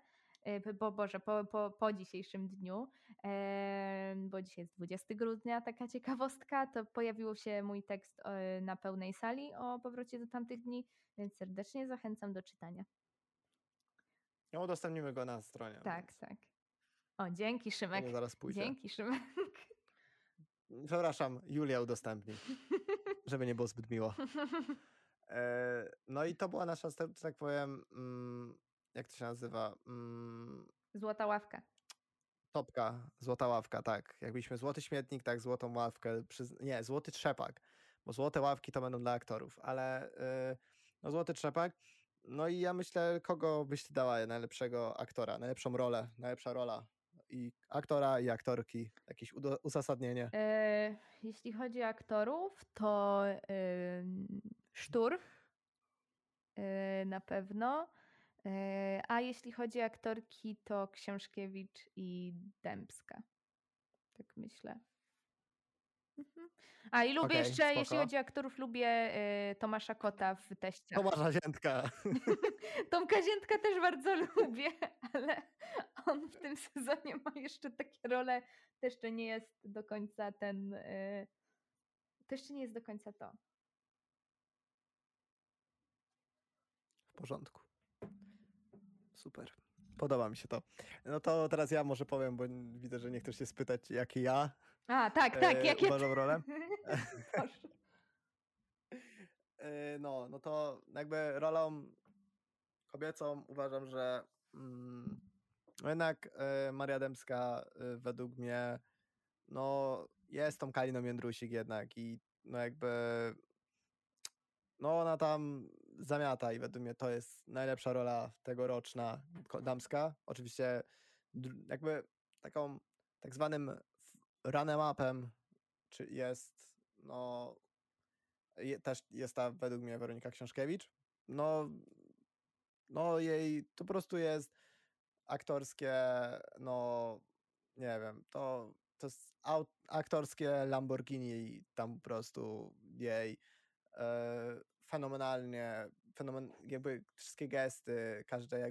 Speaker 1: po dzisiejszym dniu, bo dzisiaj jest 20 grudnia, taka ciekawostka, to pojawił się mój tekst na pełnej sali o powrocie do tamtych dni, więc serdecznie zachęcam do czytania.
Speaker 2: No udostępnimy go na stronie,
Speaker 1: Tak,
Speaker 2: więc
Speaker 1: tak. O, dzięki Szymek.
Speaker 2: pewnie zaraz pójdzie.
Speaker 1: Dzięki Szymek.
Speaker 2: Przepraszam, Julia udostępni, żeby nie było zbyt miło. No i to była nasza, że tak powiem, jak to się nazywa?
Speaker 1: Złota ławka.
Speaker 2: Topka, złota ławka, tak. Jakbyśmy złoty śmietnik, tak, złotą ławkę, nie, złoty trzepak, bo złote ławki to będą dla aktorów, ale no złoty trzepak. No i ja myślę, kogo byś ty dała najlepszego aktora, najlepszą rolę, najlepsza rola i aktora, i aktorki, jakieś uzasadnienie.
Speaker 1: Jeśli chodzi o aktorów, to Sztur na pewno. A jeśli chodzi o aktorki, to Książkiewicz i Dębska. Tak myślę. Mhm. A i lubię
Speaker 2: Okej,
Speaker 1: jeszcze, jeśli
Speaker 2: spoko.
Speaker 1: chodzi o aktorów, lubię Tomasza Kota w Teściach.
Speaker 2: Tomasza Ziętka.
Speaker 1: Tomka Ziętka też bardzo lubię, ale on w tym sezonie ma jeszcze takie role, to jeszcze nie jest do końca to jeszcze nie jest do końca to.
Speaker 2: W porządku. Super. Podoba mi się to. No to teraz ja może powiem, bo widzę, że nie chcesz się spytać, jakie ja
Speaker 1: A, tak, jakie
Speaker 2: uważam rolę.
Speaker 1: Proszę.
Speaker 2: No to jakby rolą kobiecą uważam, że no jednak Maria Dębska według mnie no jest tą Kaliną Jędrusik jednak i no jakby no ona tam zamiata i według mnie to jest najlepsza rola tegoroczna damska. Oczywiście jakby taką tak zwanym runner-upem czy jest no też jest ta według mnie Weronika Książkiewicz. No jej to po prostu jest aktorskie, no nie wiem, to jest aktorskie Lamborghini i tam po prostu jej fenomenalnie, jakby wszystkie gesty,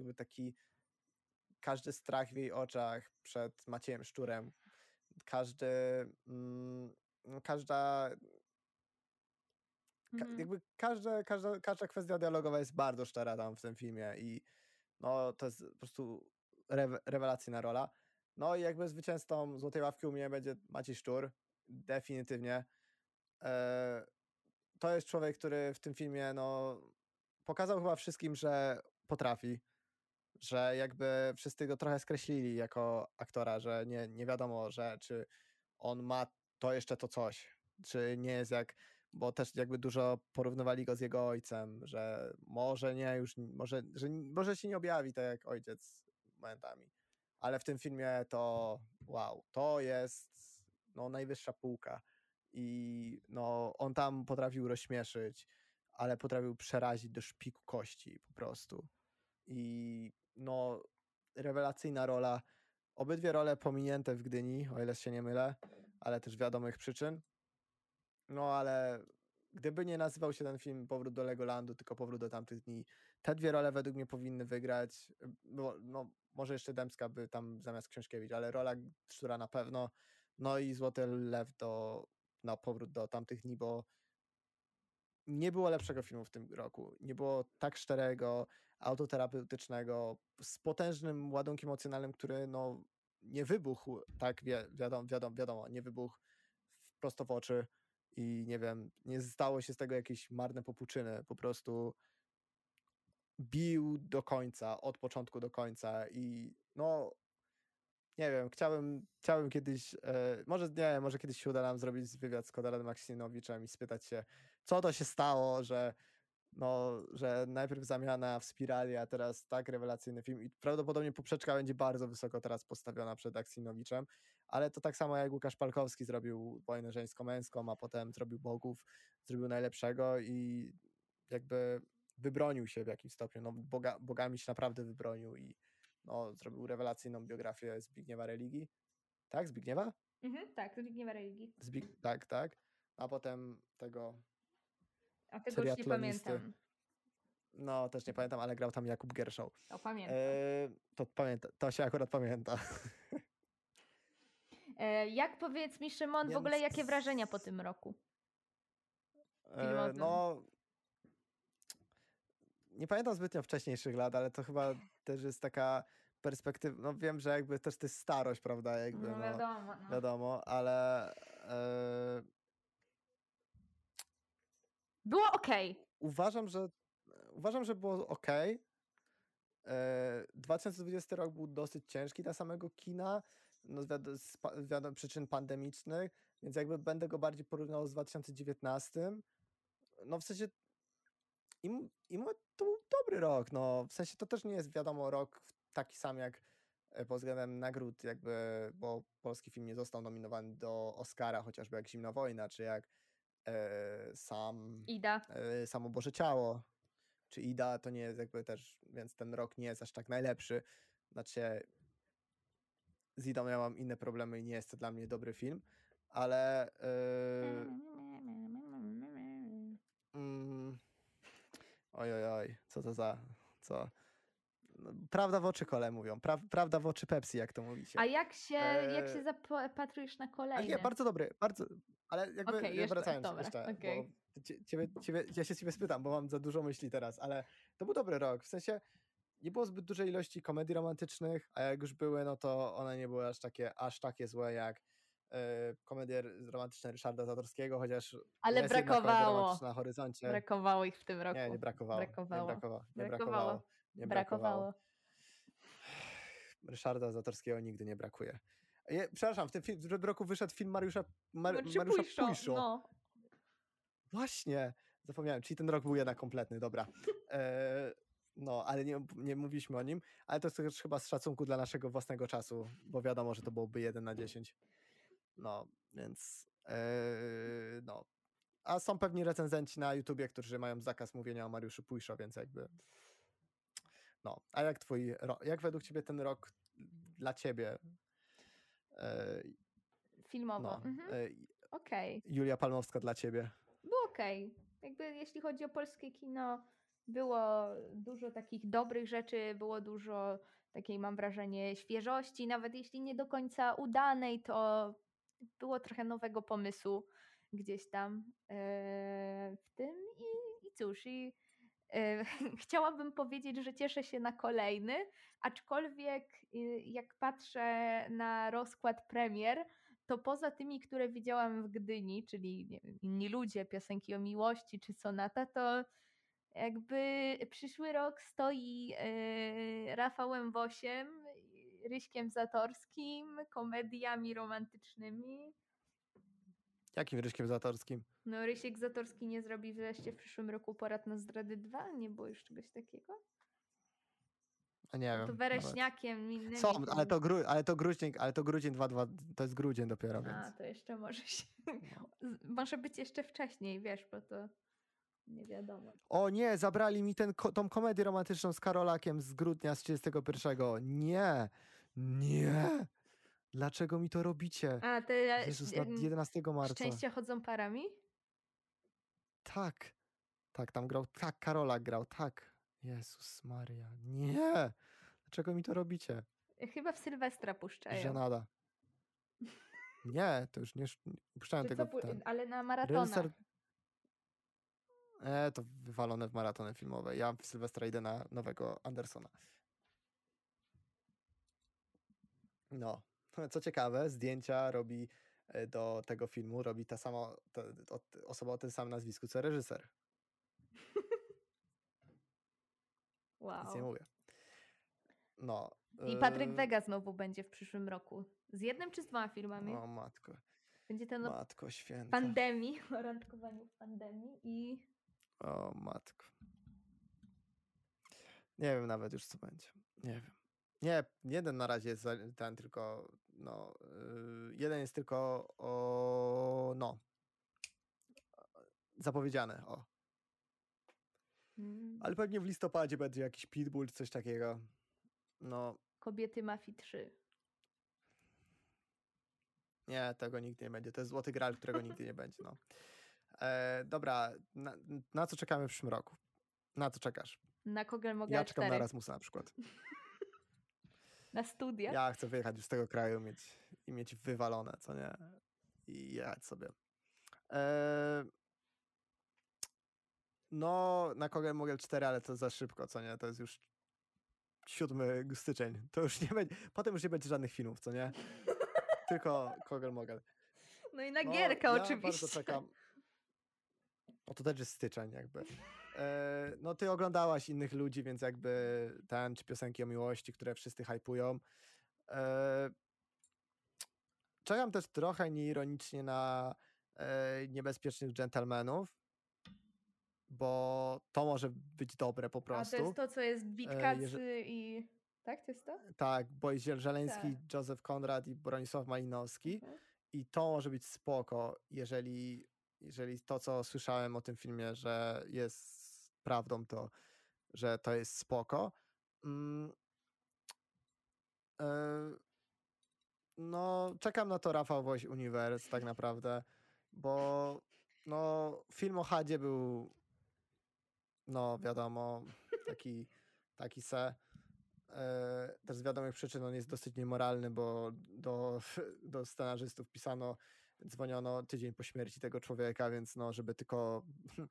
Speaker 2: każdy strach w jej oczach przed Maciejem Szczurem, każdy, każda jakby każda kwestia dialogowa jest bardzo szczera tam w tym filmie i no to jest po prostu rewelacyjna rola. No i jakby zwycięzcą Złotej Ławki u mnie będzie Maciej Szczur, definitywnie. To jest człowiek, który w tym filmie no pokazał chyba wszystkim, że potrafi, że jakby wszyscy go trochę skreślili jako aktora, że nie wiadomo, że czy on ma to jeszcze to coś, czy nie jest bo też jakby dużo porównywali go z jego ojcem, że może nie już, może się nie objawi tak jak ojciec momentami, ale w tym filmie to wow, to jest no najwyższa półka i no on tam potrafił rozśmieszyć, ale potrafił przerazić do szpiku kości po prostu i no rewelacyjna rola. Obydwie role pominięte w Gdyni, o ile się nie mylę, ale też wiadomych przyczyn. No ale gdyby nie nazywał się ten film Powrót do Legolandu, tylko Powrót do tamtych dni, te dwie role według mnie powinny wygrać. No, może jeszcze Dębska by tam zamiast Książkiewicz, ale rola Szczura na pewno. No i Złoty Lew na Powrót do tamtych dni, bo nie było lepszego filmu w tym roku. Nie było tak szczerego, autoterapeutycznego, z potężnym ładunkiem emocjonalnym, który no nie wybuchł, tak wiadomo, nie wybuchł prosto w oczy i nie wiem, nie stało się z tego jakieś marne popłuczyny, po prostu bił do końca, od początku do końca i no nie wiem, chciałbym kiedyś, może kiedyś się uda nam zrobić wywiad z Konradem Maksimowiczem i spytać się, co to się stało, że najpierw zamiana w Spirali, a teraz tak rewelacyjny film i prawdopodobnie poprzeczka będzie bardzo wysoko teraz postawiona przed Aksinowiczem, ale to tak samo jak Łukasz Palkowski zrobił Wojnę żeńsko-męską, a potem zrobił Bogów, zrobił najlepszego i jakby wybronił się w jakimś stopniu, no bogami się naprawdę wybronił i no, zrobił rewelacyjną biografię Zbigniewa Religii. Tak? Zbigniewa?
Speaker 1: Tak, Zbigniewa Religii.
Speaker 2: Tak. A potem tego
Speaker 1: A tego już nie pamiętam.
Speaker 2: No, też nie pamiętam, ale grał tam Jakub Gerszow.
Speaker 1: To pamiętam.
Speaker 2: To się akurat pamięta.
Speaker 1: Jak powiedz mi, Szymon, w ogóle jakie wrażenia po tym roku filmowym?
Speaker 2: No, nie pamiętam zbytnio wcześniejszych lat, ale to chyba też jest taka perspektywa, no wiem, że jakby też to jest starość, prawda, jakby
Speaker 1: No wiadomo.
Speaker 2: wiadomo, ale
Speaker 1: Było okej.
Speaker 2: Uważam, że było okej. 2020 rok był dosyć ciężki dla samego kina, no z przyczyn pandemicznych, więc jakby będę go bardziej porównał z 2019. No w sensie to był dobry rok, no w sensie to też nie jest wiadomo rok taki sam jak pod względem nagród jakby, bo polski film nie został nominowany do Oscara, chociażby jak Zimna Wojna, czy jak
Speaker 1: Ida.
Speaker 2: Samo Boże Ciało, czy Ida, to nie jest jakby też, więc ten rok nie jest aż tak najlepszy. Znaczy z Idą ja mam inne problemy i nie jest to dla mnie dobry film, ale oj, co to za, co? prawda w oczy kole mówią. Prawda w oczy Pepsi, jak to mówicie.
Speaker 1: A jak się
Speaker 2: Eee,
Speaker 1: zapatrujesz na
Speaker 2: ale nie,
Speaker 1: kolejny?
Speaker 2: bardzo dobry, bardzo. Ale jakby
Speaker 1: Okej, jeszcze,
Speaker 2: wracając
Speaker 1: dobra,
Speaker 2: jeszcze, bo
Speaker 1: okej.
Speaker 2: ja się ciebie spytam, bo mam za dużo myśli teraz, ale to był dobry rok. W sensie nie było zbyt dużej ilości komedii romantycznych, a jak już były, no to one nie były aż takie złe jak komedie romantyczne Ryszarda Zatorskiego, chociaż
Speaker 1: Ale
Speaker 2: jest jedna komedia
Speaker 1: brakowało.
Speaker 2: romantyczna na horyzoncie.
Speaker 1: Brakowało ich w tym
Speaker 2: Nie,
Speaker 1: roku.
Speaker 2: nie brakowało. Nie
Speaker 1: Brakowało.
Speaker 2: brakowało. Nie
Speaker 1: Brakowało.
Speaker 2: brakowało. Nie brakowało.
Speaker 1: Brakowało.
Speaker 2: Ryszarda Zatorskiego nigdy nie brakuje. Przepraszam, w tym roku wyszedł film
Speaker 1: Czy
Speaker 2: Mariusza
Speaker 1: Pójszo?
Speaker 2: Pójszo.
Speaker 1: No.
Speaker 2: Właśnie, zapomniałem, czyli ten rok był jednak kompletny, dobra. No, ale nie mówiliśmy o nim, ale to też chyba z szacunku dla naszego własnego czasu, bo wiadomo, że to byłoby 1 na 10. No, więc no. A są pewni recenzenci na YouTubie, którzy mają zakaz mówienia o Mariuszu Pójszo, więc jakby no. A jak według ciebie ten rok dla ciebie
Speaker 1: Filmowo.
Speaker 2: no,
Speaker 1: Okej.
Speaker 2: Julia Palmowska dla ciebie?
Speaker 1: Było okej. Jakby jeśli chodzi o polskie kino, było dużo takich dobrych rzeczy, było dużo takiej, mam wrażenie, świeżości, nawet jeśli nie do końca udanej, to było trochę nowego pomysłu gdzieś tam w tym i cóż, chciałabym powiedzieć, że cieszę się na kolejny, aczkolwiek jak patrzę na rozkład premier, to poza tymi, które widziałam w Gdyni, czyli nie wiem, Inni ludzie, Piosenki o miłości czy Sonata, to jakby przyszły rok stoi Rafałem Wosiem, Ryśkiem Zatorskim, komediami romantycznymi.
Speaker 2: Jakim Ryśkiem Zatorskim?
Speaker 1: No Rysiek Zatorski nie zrobi wreszcie w przyszłym roku Porad na zdrady 2? Nie było już czegoś takiego?
Speaker 2: A nie
Speaker 1: No
Speaker 2: wiem.
Speaker 1: to
Speaker 2: nawet.
Speaker 1: Wereśniakiem innymi.
Speaker 2: Są, ale to grudzień 2, to jest grudzień dopiero, więc.
Speaker 1: A, to jeszcze może się... Może być jeszcze wcześniej, wiesz, bo to nie wiadomo.
Speaker 2: O nie, zabrali mi tą komedię romantyczną z Karolakiem z grudnia z 31. Nie, nie. Dlaczego mi to robicie?
Speaker 1: A, te
Speaker 2: Jezus, na 11 marca.
Speaker 1: Szczęście chodzą parami?
Speaker 2: Tak, tam grał, tak, Karolak grał, tak. Jezus Maria, nie. Dlaczego mi to robicie?
Speaker 1: Chyba w Sylwestra puszczają.
Speaker 2: Żenada. Nie, to już nie puszczałem
Speaker 1: Czy
Speaker 2: tego.
Speaker 1: co, ale na maratonach.
Speaker 2: Reżyser. To wywalone w maratony filmowe. Ja w Sylwestra idę na nowego Andersona. No, co ciekawe, zdjęcia robi do tego filmu, robi ta sama osoba o tym samym nazwisku, co reżyser. Nic nie
Speaker 1: Wow.
Speaker 2: mówię. No.
Speaker 1: I Patryk Wega znowu będzie w przyszłym roku. Z jednym czy z 2 filmami?
Speaker 2: O matko.
Speaker 1: Będzie ten
Speaker 2: Matko święta.
Speaker 1: pandemii, o randkowaniu w pandemii i...
Speaker 2: O matko. Nie wiem nawet już co będzie. Nie wiem. Nie, jeden na razie jest ten tylko, no, jeden jest tylko zapowiedziany, o. Ale pewnie w listopadzie będzie jakiś Pitbull czy coś takiego. No.
Speaker 1: Kobiety Mafii 3.
Speaker 2: Nie, tego nigdy nie będzie. To jest Złoty Graal, którego nigdy nie będzie, no. Dobra, na co czekamy w przyszłym roku? Na co czekasz?
Speaker 1: Na Kogel Mogel
Speaker 2: Ja czekam
Speaker 1: 4.
Speaker 2: na Erasmusa na przykład.
Speaker 1: Na studia?
Speaker 2: Ja chcę wyjechać już z tego kraju i mieć wywalone, co nie? I jechać sobie. No, na Kogel Mogel 4, ale to za szybko, co nie? To jest już 7 styczeń. To już nie będzie. Potem już nie będzie żadnych filmów, co nie? Tylko Kogel Mogel.
Speaker 1: No i na Gierka
Speaker 2: ja
Speaker 1: oczywiście.
Speaker 2: Bardzo czekam. No to też jest styczeń jakby. No ty oglądałaś innych ludzi, więc jakby czy Piosenki o miłości, które wszyscy hypują. Czekam też trochę nieironicznie na Niebezpiecznych Dżentelmenów, bo to może być dobre po prostu.
Speaker 1: A to jest to, co jest Witkacy i... Tak, to jest to?
Speaker 2: Tak, Bojś Żeleński,
Speaker 1: Tak.
Speaker 2: Józef Konrad i Bronisław Malinowski. I to może być spoko, jeżeli to, co słyszałem o tym filmie, że jest prawdą, to że to jest spoko. No, czekam na to Rafał Woś Universe tak naprawdę, bo no, film o Hadzie był, no wiadomo, taki se. też z wiadomych przyczyn on jest dosyć niemoralny, bo do scenarzystów pisano, dzwoniono tydzień po śmierci tego człowieka, więc no, żeby tylko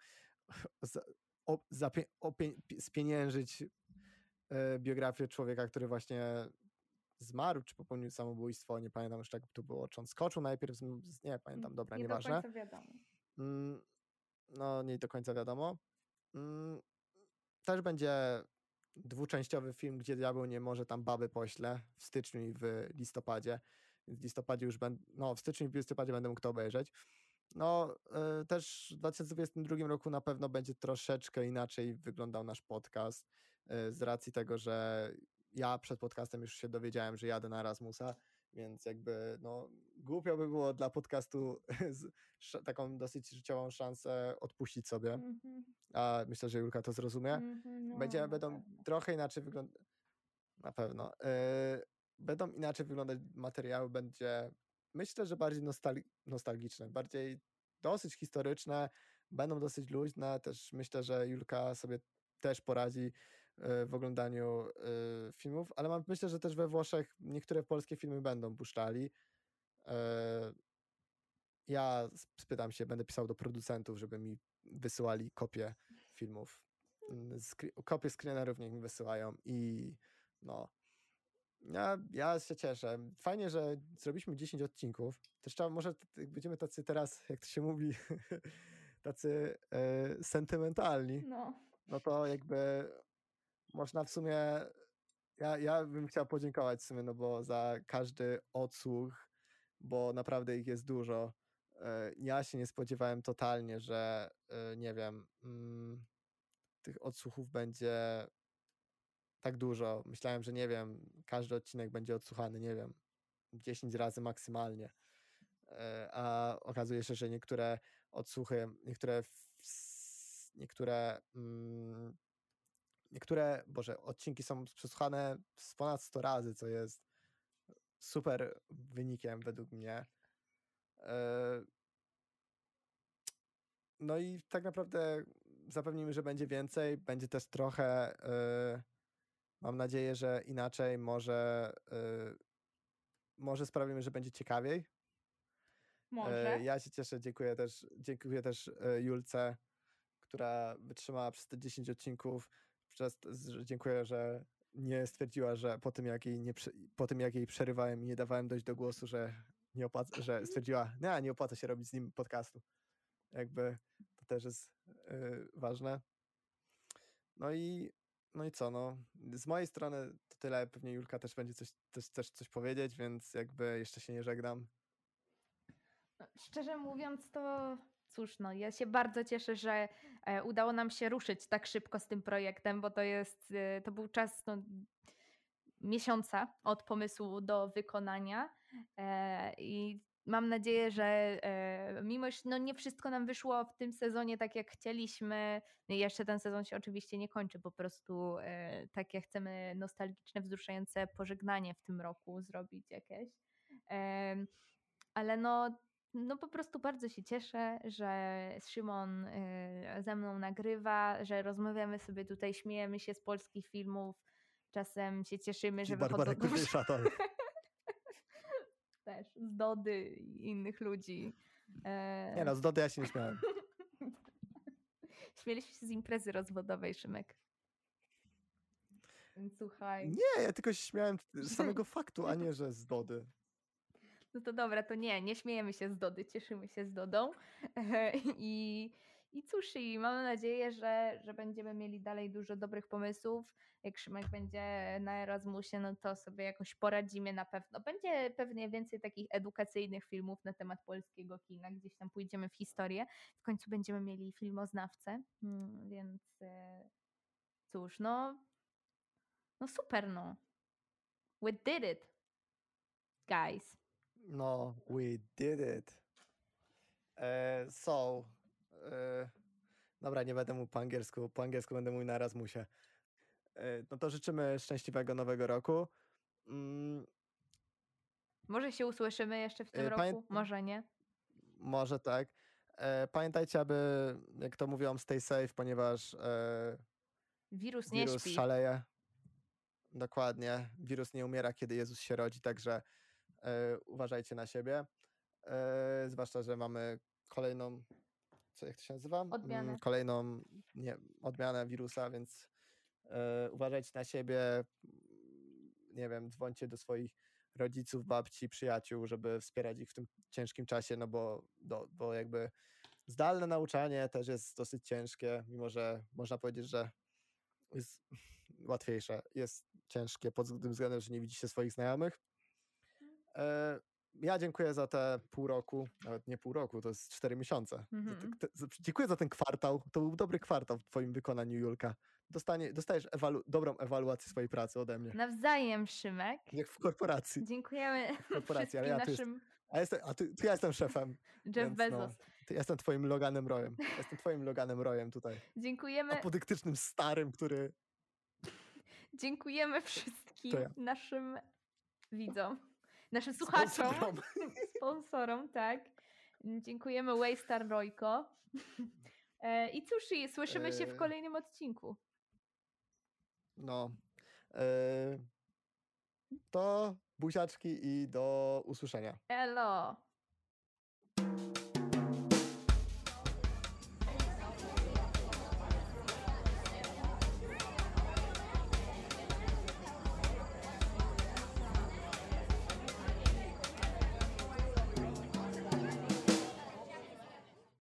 Speaker 2: spieniężyć biografię człowieka, który właśnie zmarł, czy popełnił samobójstwo, nie pamiętam już jak to było, czy on skoczył najpierw, nie pamiętam, dobra,
Speaker 1: Nie do
Speaker 2: nieważne.
Speaker 1: końca wiadomo.
Speaker 2: No, nie do końca wiadomo. Też będzie dwuczęściowy film, gdzie diabeł nie może, tam baby pośle w styczniu i w listopadzie. Więc w listopadzie już będę, w styczniu i w listopadzie będę mógł to obejrzeć. No, też w 2022 roku na pewno będzie troszeczkę inaczej wyglądał nasz podcast, z racji tego, że ja przed podcastem już się dowiedziałem, że jadę na Erasmusa, więc jakby głupio by było dla podcastu taką dosyć życiową szansę odpuścić sobie. A myślę, że Julka to zrozumie. Będą trochę inaczej wyglądać. Na pewno. Będą inaczej wyglądać materiały, będzie myślę, że bardziej nostalgiczne, bardziej dosyć historyczne, będą dosyć luźne. Też myślę, że Julka sobie też poradzi w oglądaniu filmów, ale myślę, że też we Włoszech niektóre polskie filmy będą puszczali. Ja spytam się, będę pisał do producentów, żeby mi wysyłali kopie filmów. Kopie screenerów niech mi wysyłają i ja się cieszę. Fajnie, że zrobiliśmy 10 odcinków. Też trzeba, może będziemy tacy teraz, jak to się mówi, tacy sentymentalni. No to jakby można w sumie, ja bym chciał podziękować w sumie, bo za każdy odsłuch, bo naprawdę ich jest dużo. Ja się nie spodziewałem totalnie, że nie wiem, tych odsłuchów będzie tak dużo. Myślałem, że nie wiem, każdy odcinek będzie odsłuchany, nie wiem, 10 razy maksymalnie. A okazuje się, że niektóre odsłuchy, niektóre odcinki są przesłuchane z ponad 100 razy, co jest super wynikiem według mnie. No i tak naprawdę zapewnimy, że będzie więcej. Będzie też trochę, mam nadzieję, że inaczej, może sprawimy, że będzie ciekawiej.
Speaker 1: Może.
Speaker 2: Ja się cieszę, dziękuję też Julce, która wytrzymała przez te 10 odcinków. Dziękuję, że nie stwierdziła, że po tym jak jej przerywałem i nie dawałem dojść do głosu, że że stwierdziła, nie opłaca się robić z nim podcastu. Jakby to też jest ważne. No i co, z mojej strony to tyle. Pewnie Julka też będzie coś powiedzieć, więc jakby jeszcze się nie żegnam.
Speaker 1: Szczerze mówiąc, to cóż, ja się bardzo cieszę, że udało nam się ruszyć tak szybko z tym projektem, bo to był czas miesiąca od pomysłu do wykonania i mam nadzieję, że mimo iż nie wszystko nam wyszło w tym sezonie tak jak chcieliśmy, jeszcze ten sezon się oczywiście nie kończy, po prostu takie chcemy nostalgiczne, wzruszające pożegnanie w tym roku zrobić jakieś. Ale po prostu bardzo się cieszę, że Szymon ze mną nagrywa, że rozmawiamy sobie tutaj, śmiejemy się z polskich filmów, czasem się cieszymy, że wychodzą dobrze. Też z Dody i innych ludzi.
Speaker 2: Nie z Dody ja się nie śmiałem.
Speaker 1: Śmieliśmy się z imprezy rozwodowej, Szymek. Słuchaj.
Speaker 2: Nie, ja tylko się śmiałem z samego faktu, a nie, że z Dody.
Speaker 1: No to dobra, to nie śmiejemy się z Dody, cieszymy się z Dodą. I cóż, mamy nadzieję, że będziemy mieli dalej dużo dobrych pomysłów. Jak Szymek będzie na Erasmusie, to sobie jakoś poradzimy na pewno. Będzie pewnie więcej takich edukacyjnych filmów na temat polskiego kina, gdzieś tam pójdziemy w historię. W końcu będziemy mieli filmoznawcę, więc cóż, super, We did it, guys.
Speaker 2: We did it. Dobra, nie będę mówił po angielsku będę mówił na Erasmusie. No to życzymy szczęśliwego nowego roku.
Speaker 1: Może się usłyszymy jeszcze w tym roku, może nie.
Speaker 2: Może tak. Pamiętajcie, aby, jak to mówią, stay safe, ponieważ
Speaker 1: wirus nie śpi.
Speaker 2: Szaleje. Dokładnie. Wirus nie umiera, kiedy Jezus się rodzi, także uważajcie na siebie. Zwłaszcza, że mamy kolejną, jak to się nazywa?
Speaker 1: Odmianę.
Speaker 2: Kolejną odmianę wirusa, więc uważajcie na siebie. Nie wiem, dzwońcie do swoich rodziców, babci, przyjaciół, żeby wspierać ich w tym ciężkim czasie, no bo jakby zdalne nauczanie też jest dosyć ciężkie, mimo że można powiedzieć, że jest łatwiejsze. Jest ciężkie pod tym względem, że nie widzicie swoich znajomych. Ja dziękuję za te pół roku, nawet nie pół roku, to jest 4 miesiące. Dziękuję za ten kwartał. To był dobry kwartał w twoim wykonaniu, Julka. Dostajesz dobrą ewaluację swojej pracy ode mnie.
Speaker 1: Nawzajem, Szymek.
Speaker 2: Jak w korporacji.
Speaker 1: Dziękujemy
Speaker 2: W korporacji, ale
Speaker 1: wszystkim naszym...
Speaker 2: ja jestem szefem.
Speaker 1: Jeff
Speaker 2: więc
Speaker 1: Bezos.
Speaker 2: Ja jestem twoim Loganem Royem. Jestem twoim Loganem Royem tutaj.
Speaker 1: Dziękujemy.
Speaker 2: Apodyktycznym starym, który...
Speaker 1: Dziękujemy wszystkim naszym widzom, naszym słuchaczom, sponsorom, tak. Dziękujemy Waystar Rojko. I cóż, słyszymy się w kolejnym odcinku.
Speaker 2: No. To buziaczki i do usłyszenia.
Speaker 1: Elo.